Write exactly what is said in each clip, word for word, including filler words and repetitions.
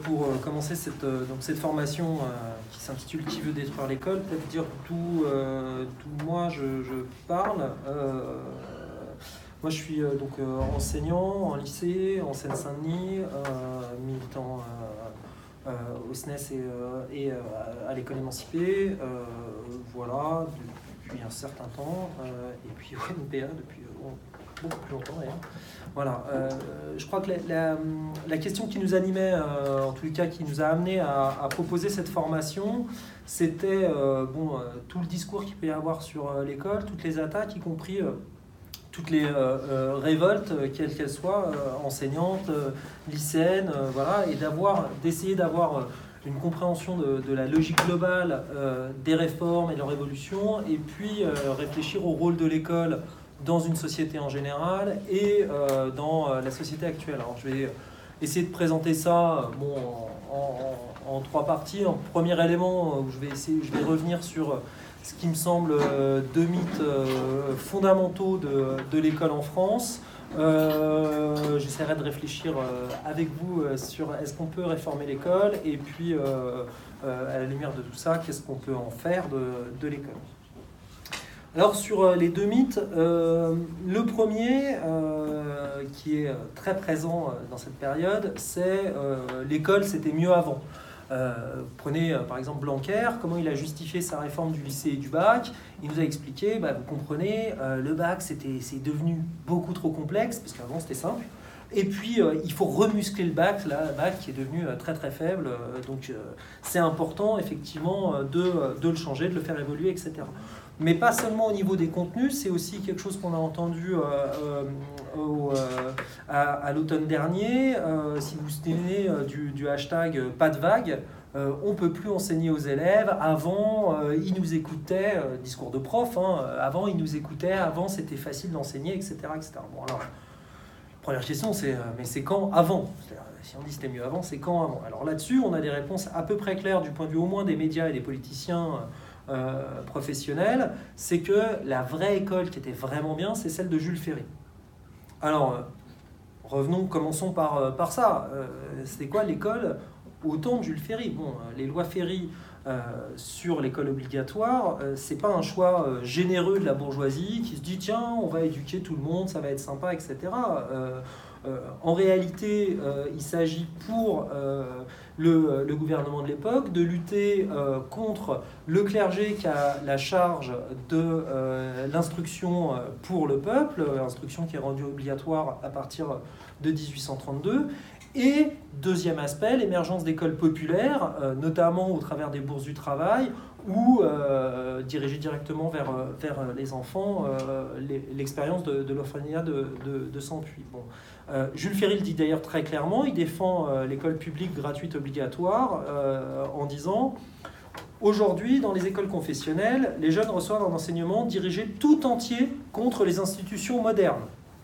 pour euh, commencer cette, euh, donc cette formation euh, qui s'intitule Qui veut détruire l'école, peut-être dire d'où euh, moi je, je parle. Euh, moi je suis euh, donc euh, enseignant en lycée, en Seine-Saint-Denis, euh, militant euh, euh, au S N E S et, euh, et euh, à l'école émancipée, euh, voilà, depuis un certain temps, euh, et puis au N P A depuis euh, beaucoup plus longtemps d'ailleurs. Voilà, euh, je crois que la, la, la question qui nous animait, euh, en tous les cas qui nous a amené à, à proposer cette formation, c'était euh, bon, euh, tout le discours qu'il peut y avoir sur euh, l'école, toutes les attaques, y compris euh, toutes les euh, euh, révoltes, euh, quelles qu'elles soient, euh, enseignantes, euh, lycéennes, euh, voilà, et d'avoir, d'essayer d'avoir euh, une compréhension de, de la logique globale euh, des réformes et de leur évolution, et puis euh, réfléchir au rôle de l'école dans une société en général et euh, dans euh, la société actuelle. Alors, je vais essayer de présenter ça bon, en, en, en trois parties. En premier élément, où je vais, essayer, je vais revenir sur ce qui me semble euh, deux mythes euh, fondamentaux de, de l'école en France. Euh, J'essaierai de réfléchir euh, avec vous euh, sur est-ce qu'on peut réformer l'école et puis, euh, euh, à la lumière de tout ça, qu'est-ce qu'on peut en faire de, de l'école. Alors sur les deux mythes, euh, le premier euh, qui est très présent dans cette période, c'est euh, l'école c'était mieux avant. Euh, prenez euh, par exemple Blanquer, comment il a justifié sa réforme du lycée et du bac. Il nous a expliqué, bah, vous comprenez, euh, le bac c'était, c'est devenu beaucoup trop complexe, parce qu'avant c'était simple. Et puis euh, il faut remuscler le bac, là, le bac qui est devenu euh, très très faible. Euh, donc euh, c'est important effectivement de, de le changer, de le faire évoluer, et cetera. Mais pas seulement au niveau des contenus, c'est aussi quelque chose qu'on a entendu euh, euh, au, euh, à, à l'automne dernier. Euh, si vous vous souvenez euh, du, du hashtag pas de vague, euh, on ne peut plus enseigner aux élèves. Avant, euh, ils nous écoutaient, euh, discours de prof, hein, avant ils nous écoutaient, avant c'était facile d'enseigner, et cetera, et cetera. Bon, alors, la première question c'est, euh, mais c'est quand avant ? Si on dit c'était mieux avant, c'est quand avant ? Alors là-dessus, on a des réponses à peu près claires du point de vue au moins des médias et des politiciens Euh, professionnel, c'est que la vraie école qui était vraiment bien, c'est celle de Jules Ferry. Alors, euh, revenons, commençons par, euh, par ça. Euh, c'était quoi l'école au temps de Jules Ferry ? Bon, euh, les lois Ferry euh, sur l'école obligatoire, euh, c'est pas un choix euh, généreux de la bourgeoisie qui se dit tiens, on va éduquer tout le monde, ça va être sympa, et cetera. Euh, euh, en réalité, euh, il s'agit pour euh, le, le gouvernement de l'époque de lutter euh, contre le clergé qui a la charge de euh, l'instruction pour le peuple, l'instruction qui est rendue obligatoire à partir de dix-huit cent trente-deux. Et deuxième aspect, l'émergence d'écoles populaires, euh, notamment au travers des bourses du travail, ou euh, dirigées directement vers, vers les enfants, euh, l'expérience de, de l'orphelinat de, de, de Sampuy. Bon. Euh, Jules Ferry le dit d'ailleurs très clairement, il défend euh, l'école publique gratuite obligatoire euh, en disant « Aujourd'hui, dans les écoles confessionnelles, les jeunes reçoivent un enseignement dirigé tout entier contre les institutions modernes.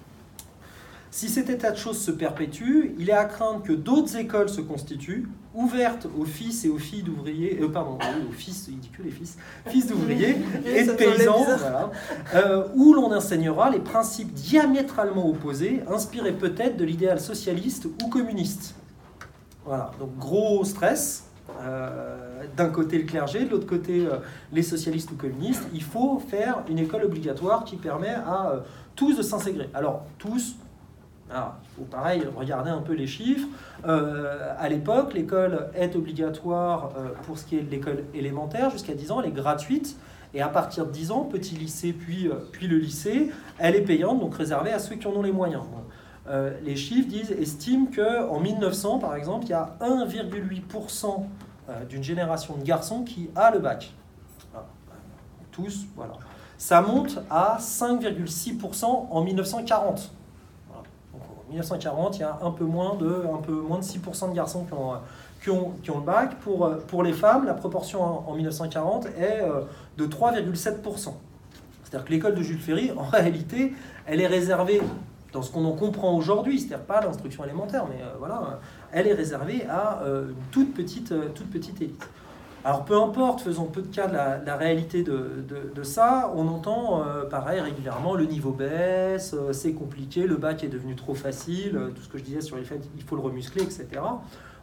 Si cet état de choses se perpétue, il est à craindre que d'autres écoles se constituent, ouvertes aux fils et aux filles d'ouvriers, euh, pardon, aux fils, il dit que les fils, fils d'ouvriers et de paysans, voilà, euh, où l'on enseignera les principes diamétralement opposés, inspirés peut-être de l'idéal socialiste ou communiste. » Voilà, donc gros stress. Euh, d'un côté le clergé, de l'autre côté euh, les socialistes ou communistes. Il faut faire une école obligatoire qui permet à euh, tous de s'intégrer. Alors, tous. Alors, il faut pareil regarder un peu les chiffres. Euh, à l'époque, l'école est obligatoire euh, pour ce qui est de l'école élémentaire jusqu'à dix ans, elle est gratuite. Et à partir de dix ans, petit lycée puis, euh, puis le lycée, elle est payante, donc réservée à ceux qui en ont les moyens. Bon. Euh, les chiffres disent, estiment qu'en mille neuf cents, par exemple, il y a un virgule huit pour cent euh, d'une génération de garçons qui a le bac. Voilà. Tous, voilà. Ça monte à cinq virgule six pour cent en mille neuf cent quarante. En mille neuf cent quarante, il y a un peu moins de, un peu moins de six pour cent de garçons qui ont, qui ont, qui ont le bac. Pour, pour les femmes, la proportion en, en mille neuf cent quarante est de trois virgule sept pour cent. C'est-à-dire que l'école de Jules Ferry, en réalité, elle est réservée, dans ce qu'on en comprend aujourd'hui, c'est-à-dire pas l'instruction élémentaire, mais euh, voilà, elle est réservée à euh, une toute petite, euh, toute petite élite. Alors peu importe, faisons peu de cas de la, de la réalité de, de, de ça, on entend euh, pareil régulièrement, le niveau baisse, euh, c'est compliqué, le bac est devenu trop facile, euh, tout ce que je disais sur les faits, il faut le remuscler, et cetera.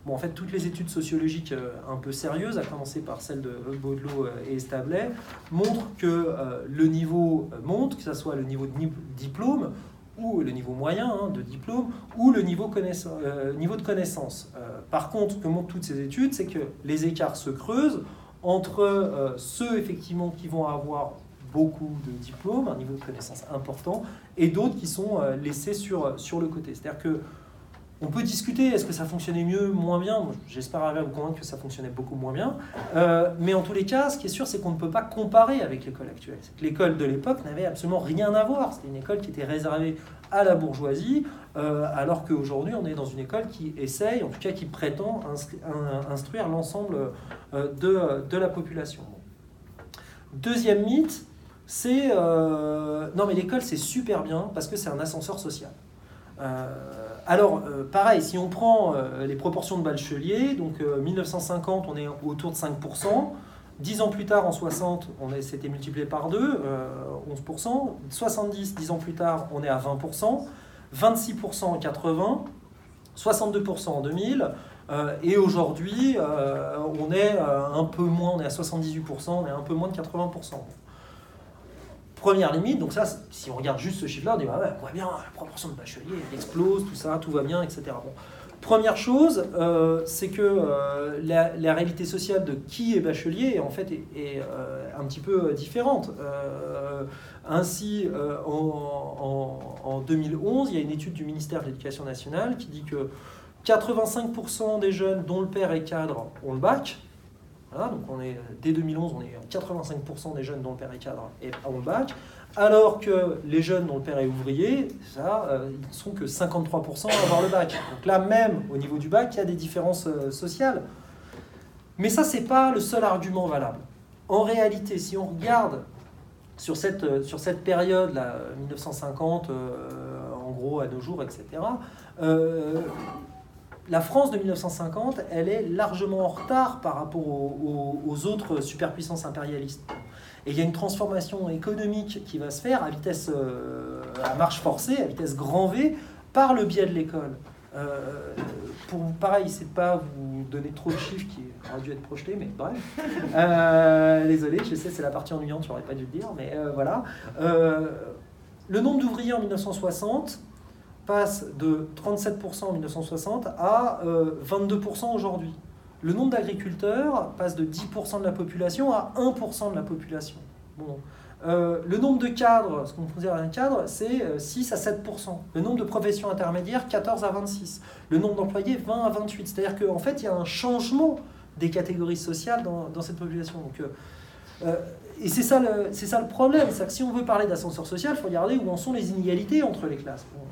Bon, en fait, toutes les études sociologiques euh, un peu sérieuses, à commencer par celle de Baudelot et Establet, montrent que euh, le niveau monte, que ce soit le niveau de diplôme, ou le niveau moyen hein, de diplôme, ou le niveau, euh, niveau de connaissance. Euh, par contre, ce que montrent toutes ces études, c'est que les écarts se creusent entre euh, ceux, effectivement, qui vont avoir beaucoup de diplômes, un niveau de connaissance important, et d'autres qui sont euh, laissés sur, sur le côté. C'est-à-dire que on peut discuter, est-ce que ça fonctionnait mieux, moins bien? J'espère arriver à vous convaincre que ça fonctionnait beaucoup moins bien. Euh, mais en tous les cas, ce qui est sûr, c'est qu'on ne peut pas comparer avec l'école actuelle. L'école de l'époque n'avait absolument rien à voir. C'était une école qui était réservée à la bourgeoisie, euh, alors qu'aujourd'hui, on est dans une école qui essaye, en tout cas qui prétend instruire l'ensemble de, de la population. Deuxième mythe, c'est... Euh, non mais l'école, c'est super bien parce que c'est un ascenseur social. Euh, alors, euh, pareil, si on prend euh, les proportions de bacheliers, donc euh, mille neuf cent cinquante, on est autour de cinq pour cent. dix ans plus tard, en soixante, on s'était multiplié par deux, euh, onze pour cent. soixante-dix, dix ans plus tard, on est à vingt pour cent. vingt-six pour cent en quatre-vingts. soixante-deux pour cent en deux mille. Euh, et aujourd'hui, euh, on est euh, un peu moins, on est à soixante-dix-huit pour cent, on est un peu moins de quatre-vingts pour cent. Première limite, donc ça, si on regarde juste ce chiffre-là, on dit, ah ouais, on voit bien, la proportion de bacheliers elle explose, tout ça, tout va bien, et cetera. Bon. Première chose, euh, c'est que euh, la, la réalité sociale de qui est bachelier, en fait, est, est euh, un petit peu différente. Euh, ainsi, euh, en, en, en deux mille onze, il y a une étude du ministère de l'Éducation nationale qui dit que quatre-vingt-cinq pour cent des jeunes dont le père est cadre ont le bac. Voilà, donc on est, dès deux mille onze, on est à quatre-vingt-cinq pour cent des jeunes dont le père est cadre et ont le bac, alors que les jeunes dont le père est ouvrier, ça, euh, ils ne sont que cinquante-trois pour cent à avoir le bac. Donc là, même au niveau du bac, il y a des différences euh, sociales. Mais ça, ce n'est pas le seul argument valable. En réalité, si on regarde sur cette, euh, sur cette période, là, mille neuf cent cinquante, euh, en gros, à nos jours, et cetera, euh, la France de mille neuf cent cinquante, elle est largement en retard par rapport aux, aux, aux autres superpuissances impérialistes. Et il y a une transformation économique qui va se faire à vitesse, euh, à marche forcée, à vitesse grand V, par le biais de l'école. Euh, pour pareil, c'est pas vous donner trop de chiffres qui auraient dû être projetés, mais bref. Euh, désolé, je sais, c'est la partie ennuyante, j'aurais pas dû le dire, mais euh, voilà. Euh, le nombre d'ouvriers en mille neuf cent soixante passe de trente-sept pour cent en mille neuf cent soixante à euh, vingt-deux pour cent aujourd'hui. Le nombre d'agriculteurs passe de dix pour cent de la population à un pour cent de la population. Bon. Euh, le nombre de cadres, ce qu'on considère un cadre, c'est six à sept pour cent. Le nombre de professions intermédiaires, quatorze à vingt-six. Le nombre d'employés, vingt à vingt-huit. C'est-à-dire qu'en fait, il y a un changement des catégories sociales dans, dans cette population. Donc, euh, et c'est ça, c'est ça le problème. C'est que si on veut parler d'ascenseur social, il faut regarder où en sont les inégalités entre les classes. Bon.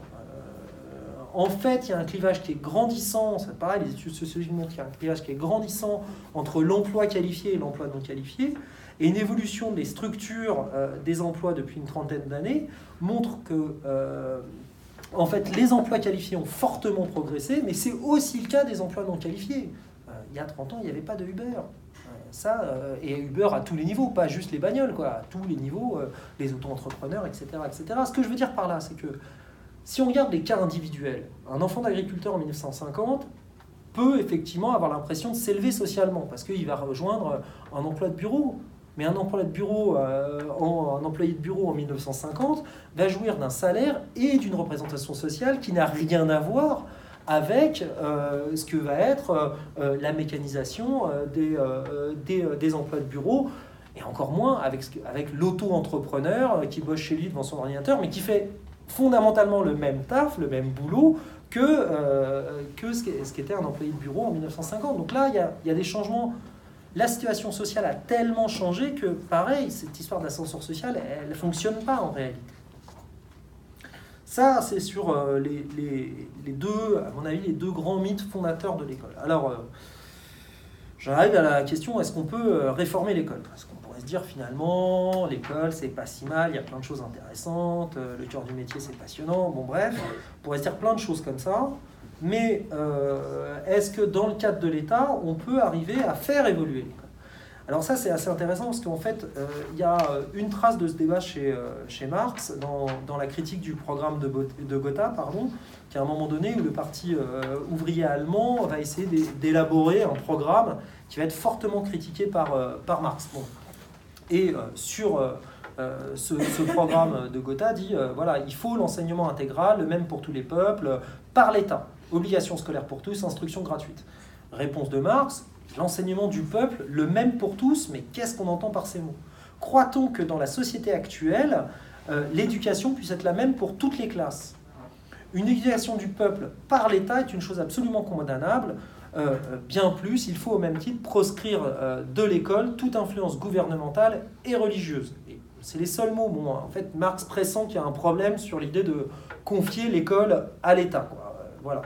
En fait, il y a un clivage qui est grandissant, c'est pareil, les études sociologiques montrent qu'il y a un clivage qui est grandissant entre l'emploi qualifié et l'emploi non qualifié, et une évolution des structures euh, des emplois depuis une trentaine d'années montre que euh, en fait, les emplois qualifiés ont fortement progressé, mais c'est aussi le cas des emplois non qualifiés. Euh, il y a trente ans, il n'y avait pas de Uber. Euh, ça, euh, et Uber à tous les niveaux, pas juste les bagnoles, quoi, à tous les niveaux, euh, les auto-entrepreneurs, et cetera, et cetera. Ce que je veux dire par là, c'est que si on regarde les cas individuels, un enfant d'agriculteur en mille neuf cent cinquante peut effectivement avoir l'impression de s'élever socialement parce qu'il va rejoindre un emploi de bureau. Mais un emploi de bureau, euh, en, un employé de bureau en mille neuf cent cinquante va jouir d'un salaire et d'une représentation sociale qui n'a rien à voir avec euh, ce que va être euh, la mécanisation euh, des, euh, des, euh, des emplois de bureau, et encore moins avec, avec l'auto-entrepreneur qui bosse chez lui devant son ordinateur, mais qui fait fondamentalement le même taf, le même boulot que, euh, que ce qu'était un employé de bureau en mille neuf cent cinquante. Donc là, il y a, il y a des changements. La situation sociale a tellement changé que, pareil, cette histoire d'ascenseur social, elle ne fonctionne pas en réalité. Ça, c'est sur euh, les, les, les deux, à mon avis, les deux grands mythes fondateurs de l'école. Alors, euh, j'arrive à la question, est-ce qu'on peut réformer l'école ? Parce qu'on pourrait se dire, finalement, l'école, c'est pas si mal, il y a plein de choses intéressantes, le cœur du métier, c'est passionnant, bon bref, on pourrait se dire plein de choses comme ça, mais euh, est-ce que dans le cadre de l'État, on peut arriver à faire évoluer l'école ? Alors ça, c'est assez intéressant parce qu'en fait, il euh, y a une trace de ce débat chez, euh, chez Marx dans, dans la critique du programme de, de Gotha, pardon, qu'à un moment donné où le parti euh, ouvrier allemand va essayer d'élaborer un programme qui va être fortement critiqué par, euh, par Marx. Bon. Et euh, sur euh, ce, ce programme de Gotha dit, euh, voilà, il faut l'enseignement intégral, le même pour tous les peuples, par l'État. Obligation scolaire pour tous, instruction gratuite. Réponse de Marx, l'enseignement du peuple, le même pour tous, mais qu'est-ce qu'on entend par ces mots? Croit-on que dans la société actuelle, euh, l'éducation puisse être la même pour toutes les classes? Une éducation du peuple par l'État est une chose absolument condamnable. Euh, bien plus, il faut au même titre proscrire euh, de l'école toute influence gouvernementale et religieuse. Et c'est les seuls mots. Bon, en fait, Marx pressent qu'il y a un problème sur l'idée de confier l'école à l'État. Euh, voilà.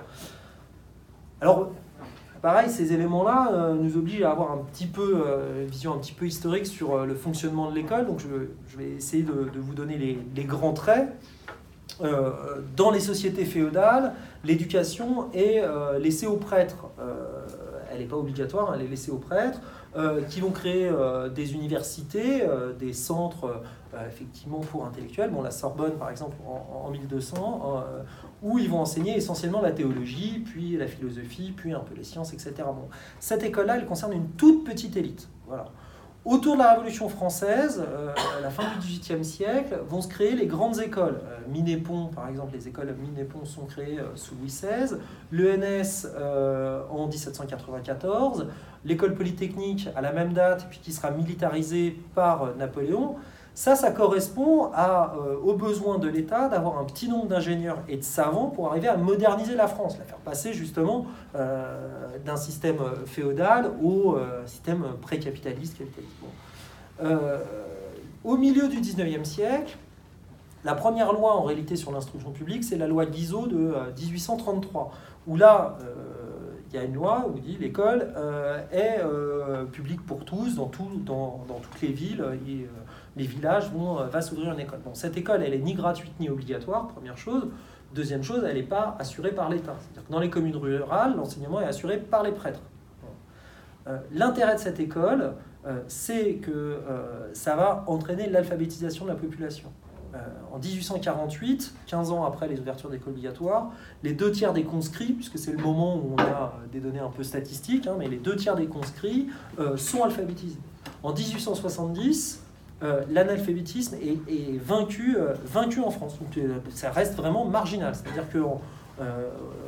Alors, pareil, ces éléments-là euh, nous obligent à avoir un petit peu, euh, une vision un petit peu historique sur euh, le fonctionnement de l'école. Donc, je, je vais essayer de, de vous donner les, les grands traits. Euh, dans les sociétés féodales, l'éducation est euh, laissée aux prêtres. Euh, elle n'est pas obligatoire, elle est laissée aux prêtres, euh, qui vont créer euh, des universités, euh, des centres euh, effectivement pour intellectuels. Bon, la Sorbonne, par exemple, en, en mille deux cents, euh, où ils vont enseigner essentiellement la théologie, puis la philosophie, puis un peu les sciences, et cetera. Bon, cette école-là, elle concerne une toute petite élite. Voilà. Autour de la Révolution française, euh, à la fin du dix-huitième siècle, vont se créer les grandes écoles. Euh, Mine-et-Pont, par exemple, les écoles Mine-et-Pont sont créées euh, sous Louis seize, l'E N S euh, en dix-sept cent quatre-vingt-quatorze, l'école polytechnique à la même date, puis qui sera militarisée par euh, Napoléon. Ça, ça correspond à, euh, aux besoins de l'État d'avoir un petit nombre d'ingénieurs et de savants pour arriver à moderniser la France, la faire passer justement euh, d'un système féodal au euh, système pré-capitaliste. capitaliste. Bon. Euh, au milieu du dix-neuvième siècle, la première loi en réalité sur l'instruction publique, c'est la loi Guizot de euh, dix-huit cent trente-trois, où là, euh, il y a une loi où dit l'école euh, est euh, publique pour tous, dans, tout, dans, dans toutes les villes, et, euh, les villages vont, euh, va s'ouvrir une école. Bon, cette école, elle est ni gratuite ni obligatoire, première chose. Deuxième chose, elle n'est pas assurée par l'État. C'est-à-dire que dans les communes rurales, l'enseignement est assuré par les prêtres. Bon. Euh, l'intérêt de cette école, euh, c'est que euh, ça va entraîner l'alphabétisation de la population. Euh, en dix-huit cent quarante-huit, quinze ans après les ouvertures d'écoles obligatoires, les deux tiers des conscrits, puisque c'est le moment où on a des données un peu statistiques, hein, mais les deux tiers des conscrits euh, sont alphabétisés. En dix-huit cent soixante-dix, euh, l'analphabétisme est, est vaincu, euh, vaincu en France. Donc euh, ça reste vraiment marginal. C'est-à-dire que euh,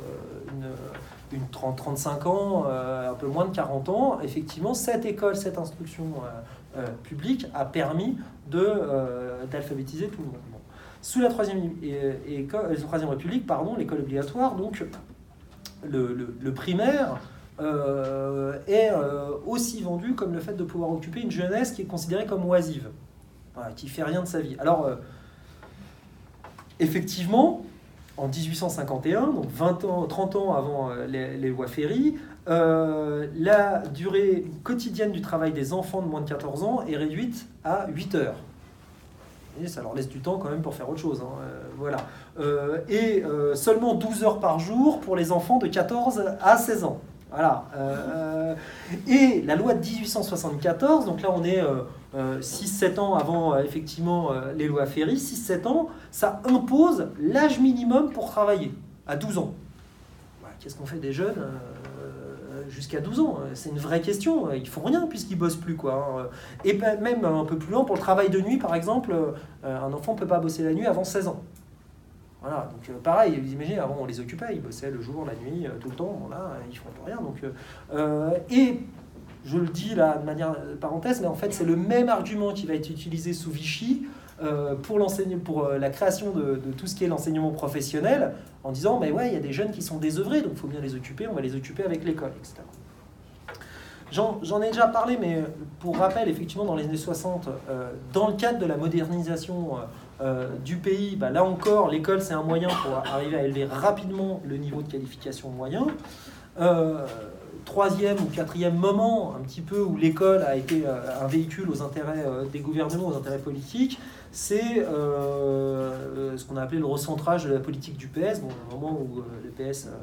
une, une trente à trente-cinq ans, euh, un peu moins de quarante ans, effectivement, cette école, cette instruction euh, euh, publique a permis de, euh, d'alphabétiser tout le monde. Bon. Sous la Troisième, et, et, et, Troisième République, pardon, l'école obligatoire, donc le, le, le primaire euh, est euh, aussi vendu comme le fait de pouvoir occuper une jeunesse qui est considérée comme oisive, voilà, qui ne fait rien de sa vie. Alors, euh, effectivement, en dix-huit cent cinquante et un, donc vingt ans, trente ans avant euh, les, les lois Ferry, euh, la durée quotidienne du travail des enfants de moins de quatorze ans est réduite à huit heures. Et ça leur laisse du temps quand même pour faire autre chose. Hein. Euh, voilà. Euh, et euh, seulement douze heures par jour pour les enfants de quatorze à seize ans. Voilà. Euh, et la loi de dix-huit cent soixante-quatorze, donc là on est euh, euh, six sept ans avant euh, effectivement euh, les lois Ferry, six sept ans, ça impose l'âge minimum pour travailler, à douze ans. Voilà. Qu'est-ce qu'on fait des jeunes euh, jusqu'à douze ans? C'est une vraie question. Ils font rien puisqu'ils bossent plus, quoi. Et même un peu plus loin, pour le travail de nuit, par exemple, un enfant ne peut pas bosser la nuit avant seize ans. Voilà, donc euh, pareil, vous imaginez, avant on les occupait, ils bossaient le jour, la nuit, euh, tout le temps, bon, là, ils font plus rien. Donc, euh, et je le dis là de manière euh, parenthèse, mais en fait c'est le même argument qui va être utilisé sous Vichy euh, pour, pour euh, la création de, de tout ce qui est l'enseignement professionnel, en disant, mais ouais, il y a des jeunes qui sont désœuvrés, donc il faut bien les occuper, on va les occuper avec l'école, et cetera. J'en, j'en ai déjà parlé, mais pour rappel, effectivement, dans les années soixante, euh, dans le cadre de la modernisation euh, euh, du pays, bah, là encore, l'école, c'est un moyen pour arriver à élever rapidement le niveau de qualification moyen. Euh, troisième ou quatrième moment, un petit peu, où l'école a été euh, un véhicule aux intérêts euh, des gouvernements, aux intérêts politiques, c'est euh, ce qu'on a appelé le recentrage de la politique du P S, bon, au moment où euh, le P S... Euh,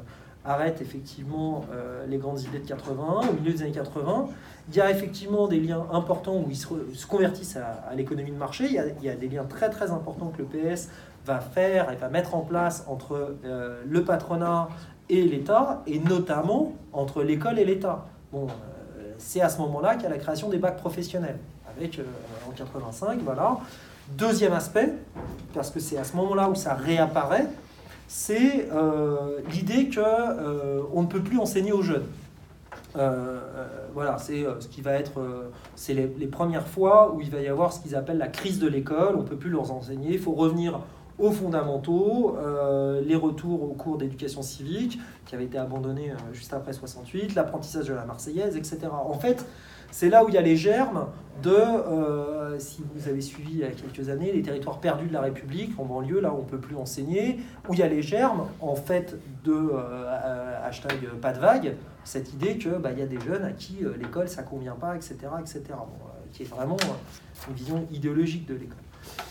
arrête effectivement euh, les grandes idées de quatre-vingt-un, au milieu des années quatre-vingts. Il y a effectivement des liens importants où ils se, se convertissent à, à l'économie de marché. Il y, a, il y a des liens très très importants que le P S va faire et va mettre en place entre euh, le patronat et l'État, et notamment entre l'école et l'État. Bon, euh, c'est à ce moment-là qu'il y a la création des bacs professionnels, avec euh, en quatre-vingt-cinq, voilà. Deuxième aspect, parce que c'est à ce moment-là où ça réapparaît, c'est euh, l'idée qu'on euh, ne peut plus enseigner aux jeunes. Euh, euh, voilà, c'est euh, ce qui va être, euh, c'est les, les premières fois où il va y avoir ce qu'ils appellent la crise de l'école. On ne peut plus leur enseigner, il faut revenir aux fondamentaux, euh, les retours aux cours d'éducation civique qui avaient été abandonnés euh, juste après soixante-huit, l'apprentissage de la Marseillaise, et cetera. En fait, c'est là où il y a les germes de, euh, si vous avez suivi il y a quelques années, les territoires perdus de la République, en banlieue, là où on ne peut plus enseigner, où il y a les germes, en fait, de euh, hashtag pas de vague, cette idée qu'il bah, y a des jeunes à qui euh, l'école, ça ne convient pas, et cetera, et cetera. Bon, euh, qui est vraiment euh, une vision idéologique de l'école.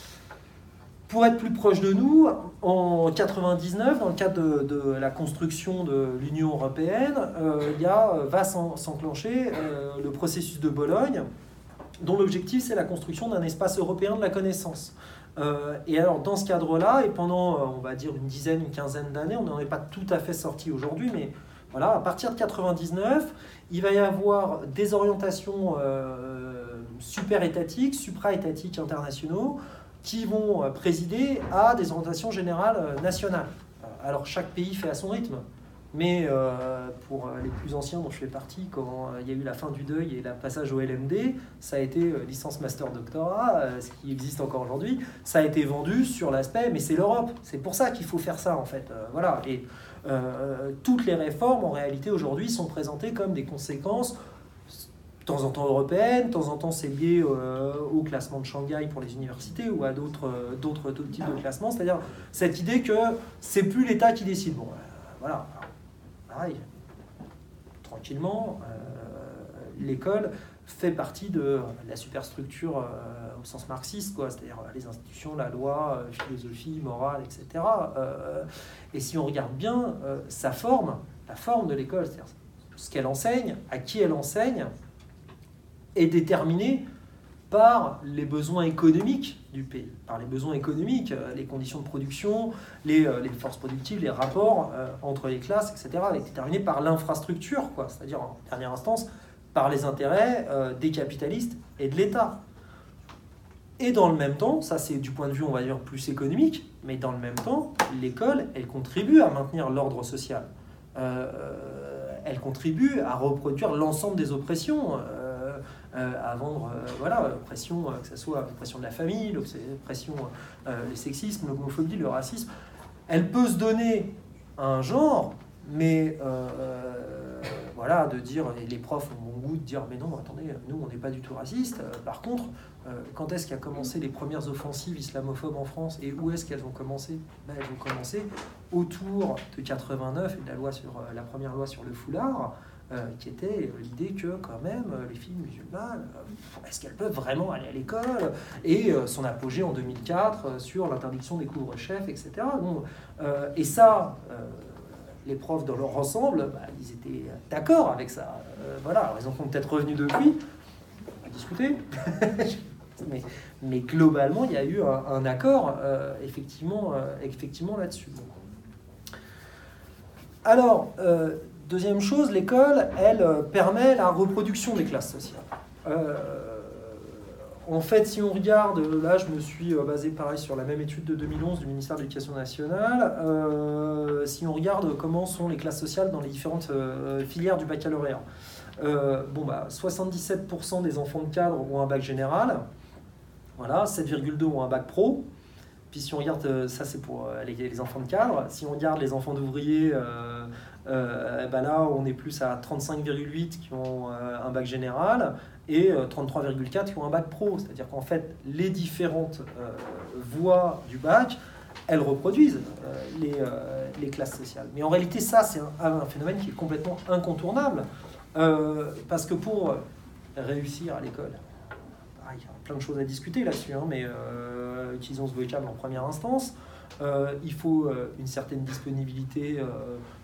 Pour être plus proche de nous, en quatre-vingt-dix-neuf, dans le cadre de, de la construction de l'Union européenne, euh, il y a, va s'enclencher euh, le processus de Bologne, dont l'objectif c'est la construction d'un espace européen de la connaissance. Euh, et alors dans ce cadre-là, et pendant on va dire une dizaine, une quinzaine d'années, on n'en est pas tout à fait sorti aujourd'hui, mais voilà, à partir de quatre-vingt-dix-neuf, il va y avoir des orientations euh, super-étatiques, supra-étatiques internationaux, qui vont présider à des orientations générales nationales. Alors chaque pays fait à son rythme, mais euh, pour les plus anciens dont je fais partie, quand il y a eu la fin du deuil et le passage au L M D, ça a été licence, master, doctorat, ce qui existe encore aujourd'hui, ça a été vendu sur l'aspect, mais c'est l'Europe, c'est pour ça qu'il faut faire ça en fait. Euh, voilà. Et euh, toutes les réformes en réalité aujourd'hui sont présentées comme des conséquences de temps en temps européenne, de temps en temps c'est lié euh, au classement de Shanghai pour les universités ou à d'autres euh, d'autres types de classements, c'est-à-dire cette idée que c'est plus l'État qui décide. Bon, euh, voilà, alors, pareil, tranquillement, euh, l'école fait partie de la superstructure euh, au sens marxiste, quoi, c'est-à-dire les institutions, la loi, euh, philosophie, morale, et cetera. Euh, et si on regarde bien, euh, sa forme, la forme de l'école, c'est-à-dire ce qu'elle enseigne, à qui elle enseigne, est déterminé par les besoins économiques du pays, par les besoins économiques, les conditions de production, les, les forces productives, les rapports euh, entre les classes, et cetera, est déterminé par l'infrastructure, quoi, c'est-à-dire en dernière instance par les intérêts euh, des capitalistes et de l'État. Et dans le même temps, ça c'est du point de vue on va dire plus économique, mais dans le même temps, l'école, elle contribue à maintenir l'ordre social. Euh, elle contribue à reproduire l'ensemble des oppressions. Euh, Euh, à vendre, euh, voilà, l'oppression, euh, que ce soit l'oppression de la famille, l'oppression, euh, le sexisme, l'homophobie, le racisme. Elle peut se donner un genre, mais euh, voilà, de dire, et les profs ont bon goût de dire, mais non, attendez, nous, on n'est pas du tout racistes. Euh, par contre, euh, quand est-ce qu'a commencé les premières offensives islamophobes en France et où est-ce qu'elles ont commencé? Ben, elles ont commencé autour de quatre-vingt-neuf et de la, loi sur, euh, la première loi sur le foulard. Euh, qui était l'idée que quand même les filles musulmanes, euh, est-ce qu'elles peuvent vraiment aller à l'école? Et euh, son apogée en deux mille quatre euh, sur l'interdiction des couvre-chefs, et cetera. Bon, euh, et ça, euh, les profs dans leur ensemble, bah, ils étaient d'accord avec ça. Euh, voilà, alors ils en sont peut-être revenus depuis, on va discuter. mais, mais globalement, il y a eu un, un accord euh, effectivement, euh, effectivement là-dessus. Bon. Alors, euh, deuxième chose, l'école, elle permet la reproduction des classes sociales. Euh, en fait, si on regarde, là je me suis basé pareil sur la même étude de deux mille onze du ministère de l'Éducation nationale, euh, si on regarde comment sont les classes sociales dans les différentes euh, filières du baccalauréat. Euh, bon, bah, soixante-dix-sept pour cent des enfants de cadre ont un bac général, voilà, sept virgule deux ont un bac pro. Puis si on regarde, ça c'est pour les, les enfants de cadre, si on regarde les enfants d'ouvriers, euh, euh, ben là on est plus à trente-cinq virgule huit qui ont euh, un bac général et euh, trente-trois virgule quatre qui ont un bac pro. C'est-à-dire qu'en fait les différentes euh, voies du bac, elles reproduisent euh, les, euh, les classes sociales. Mais en réalité ça c'est un, un phénomène qui est complètement incontournable euh, parce que pour réussir à l'école, il y a plein de choses à discuter là-dessus, hein, mais euh, utilisons ce vocable en première instance. Euh, il faut euh, une certaine disponibilité euh,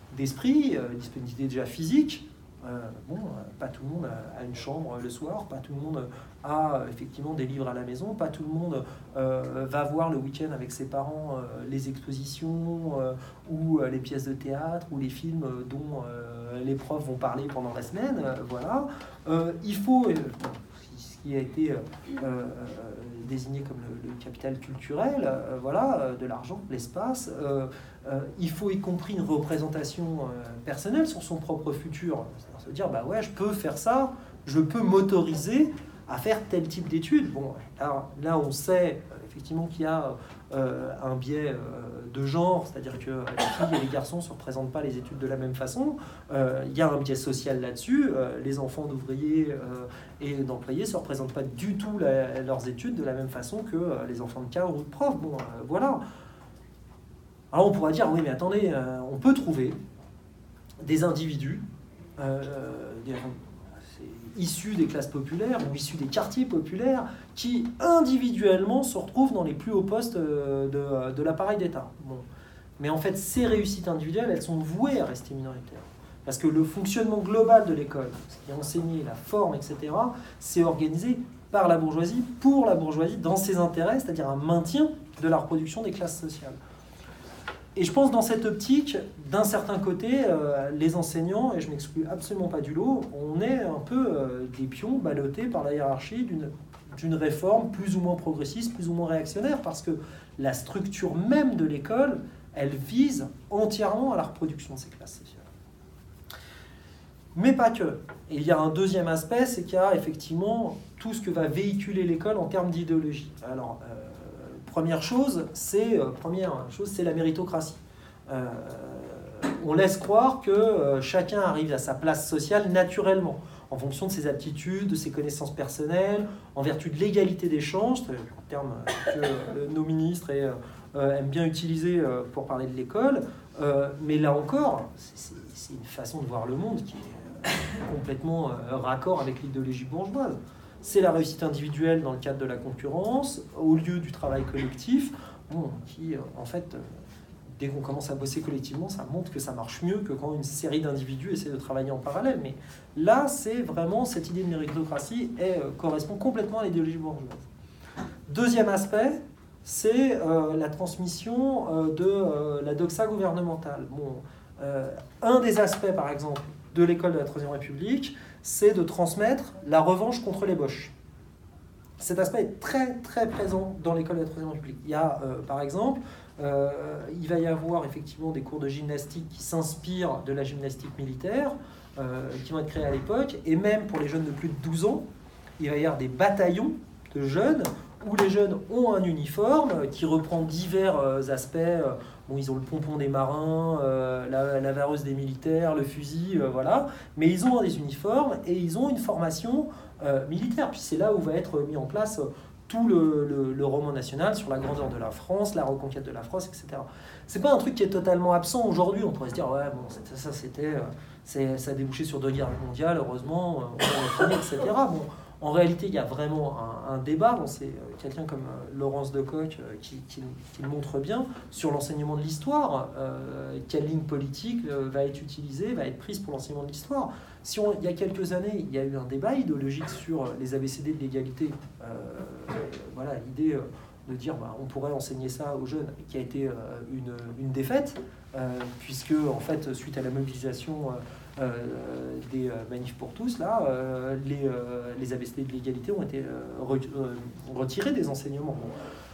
d'esprit, euh, disponibilité déjà physique. Euh, bon, euh, pas tout le monde a une chambre le soir, pas tout le monde a euh, effectivement des livres à la maison, pas tout le monde euh, va voir le week-end avec ses parents euh, les expositions euh, ou euh, les pièces de théâtre ou les films dont euh, les profs vont parler pendant la semaine. Euh, voilà. Euh, il faut, euh, ce qui a été euh, euh, désigné comme le, le capital culturel, euh, voilà, euh, de l'argent, l'espace. Euh, euh, il faut y compris une représentation euh, personnelle sur son propre futur. C'est-à-dire se dire, bah ouais, je peux faire ça, je peux m'autoriser à faire tel type d'études. Bon, alors, là, on sait euh, effectivement qu'il y a euh, un biais euh, de genre, c'est-à-dire que les filles et les garçons ne se représentent pas les études de la même façon. Euh, il y a un biais social là-dessus. Euh, les enfants d'ouvriers euh, et d'employés ne se représentent pas du tout la, leurs études de la même façon que euh, les enfants de cadre ou de prof. Bon, euh, voilà. Alors on pourra dire, oui, mais attendez, euh, on peut trouver des individus euh, des, issus des classes populaires ou issus des quartiers populaires qui individuellement se retrouvent dans les plus hauts postes de, de l'appareil d'État. Bon. Mais en fait, ces réussites individuelles, elles sont vouées à rester minoritaires. Parce que le fonctionnement global de l'école, ce qui est enseigné, la forme, et cetera, c'est organisé par la bourgeoisie, pour la bourgeoisie, dans ses intérêts, c'est-à-dire un maintien de la reproduction des classes sociales. Et je pense dans cette optique, d'un certain côté, euh, les enseignants, et je ne m'exclus absolument pas du lot, on est un peu euh, des pions ballottés par la hiérarchie d'une, d'une réforme plus ou moins progressiste, plus ou moins réactionnaire, parce que la structure même de l'école, elle vise entièrement à la reproduction de ces classes sociales. Mais pas que. Et il y a un deuxième aspect, c'est qu'il y a effectivement tout ce que va véhiculer l'école en termes d'idéologie. Alors, euh, Première chose, c'est euh, première chose, c'est la méritocratie. Euh, on laisse croire que euh, chacun arrive à sa place sociale naturellement, en fonction de ses aptitudes, de ses connaissances personnelles, en vertu de l'égalité des chances, un terme que euh, nos ministres et, euh, aiment bien utiliser euh, pour parler de l'école. Euh, mais là encore, c'est, c'est une façon de voir le monde qui est complètement euh, raccord avec l'idéologie bourgeoise. C'est la réussite individuelle dans le cadre de la concurrence, au lieu du travail collectif, bon, qui, en fait, dès qu'on commence à bosser collectivement, ça montre que ça marche mieux que quand une série d'individus essaie de travailler en parallèle. Mais là, c'est vraiment cette idée de méritocratie et euh, correspond complètement à l'idéologie bourgeoise. Deuxième aspect, c'est euh, la transmission euh, de euh, la doxa gouvernementale. Bon, euh, un des aspects, par exemple, de l'école de la Troisième République, c'est de transmettre la revanche contre les Boches. Cet aspect est très très présent dans l'école de la Troisième République. Il y a, euh, par exemple, euh, il va y avoir effectivement des cours de gymnastique qui s'inspirent de la gymnastique militaire, euh, qui vont être créés à l'époque, et même pour les jeunes de plus de douze ans, il va y avoir des bataillons de jeunes où les jeunes ont un uniforme qui reprend divers aspects. Bon, ils ont le pompon des marins, euh, la, la vareuse des militaires, le fusil, euh, voilà. Mais ils ont des uniformes et ils ont une formation euh, militaire. Puis c'est là où va être mis en place tout le, le, le roman national sur la grandeur de la France, la reconquête de la France, et cetera. C'est pas un truc qui est totalement absent aujourd'hui. On pourrait se dire, ouais, bon, ça c'était, c'est, ça a débouché sur deux guerres mondiales, heureusement, on a fini, et cetera. Bon, en réalité, il y a vraiment un, un débat. Bon, c'est quelqu'un comme Laurence Decoq qui, qui, qui le montre bien sur l'enseignement de l'histoire. Euh, quelle ligne politique va être utilisée, va être prise pour l'enseignement de l'histoire. Si on, il y a quelques années, il y a eu un débat idéologique sur les A B C D de l'égalité. Euh, voilà, l'idée de dire bah, on pourrait enseigner ça aux jeunes, qui a été une, une défaite, euh, puisque en fait, suite à la mobilisation Euh, des euh, manifs pour tous, là, euh, les, euh, les A B C D de l'égalité ont été euh, re, euh, retirés des enseignements. Bon.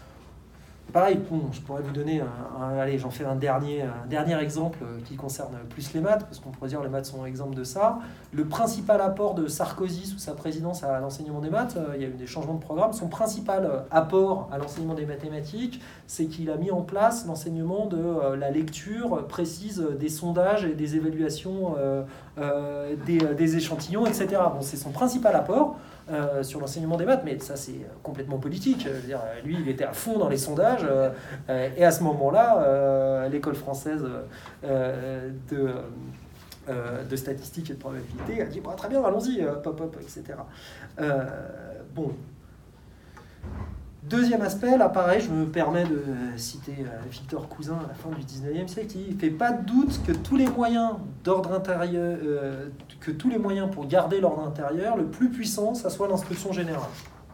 Pareil, bon, je pourrais vous donner, un, un, allez, j'en fais un dernier, un dernier exemple qui concerne plus les maths, parce qu'on pourrait dire que les maths sont un exemple de ça. Le principal apport de Sarkozy sous sa présidence à l'enseignement des maths, euh, il y a eu des changements de programme, son principal apport à l'enseignement des mathématiques, c'est qu'il a mis en place l'enseignement de euh, la lecture précise des sondages et des évaluations euh, euh, des, des échantillons, et cetera. Bon, c'est son principal apport. Euh, sur l'enseignement des maths, mais ça c'est complètement politique. Je veux dire, lui, il était à fond dans les sondages, euh, euh, et à ce moment-là, euh, l'école française euh, de, euh, de statistique et de probabilité a dit bon, très bien, allons-y, pop, pop, et cetera. Euh, bon. Deuxième aspect, là pareil, je me permets de citer Victor Cousin à la fin du dix-neuvième siècle, qui ne fait pas de doute que tous les moyens d'ordre intérieur, euh, que tous les moyens pour garder l'ordre intérieur, le plus puissant, ça soit l'instruction générale.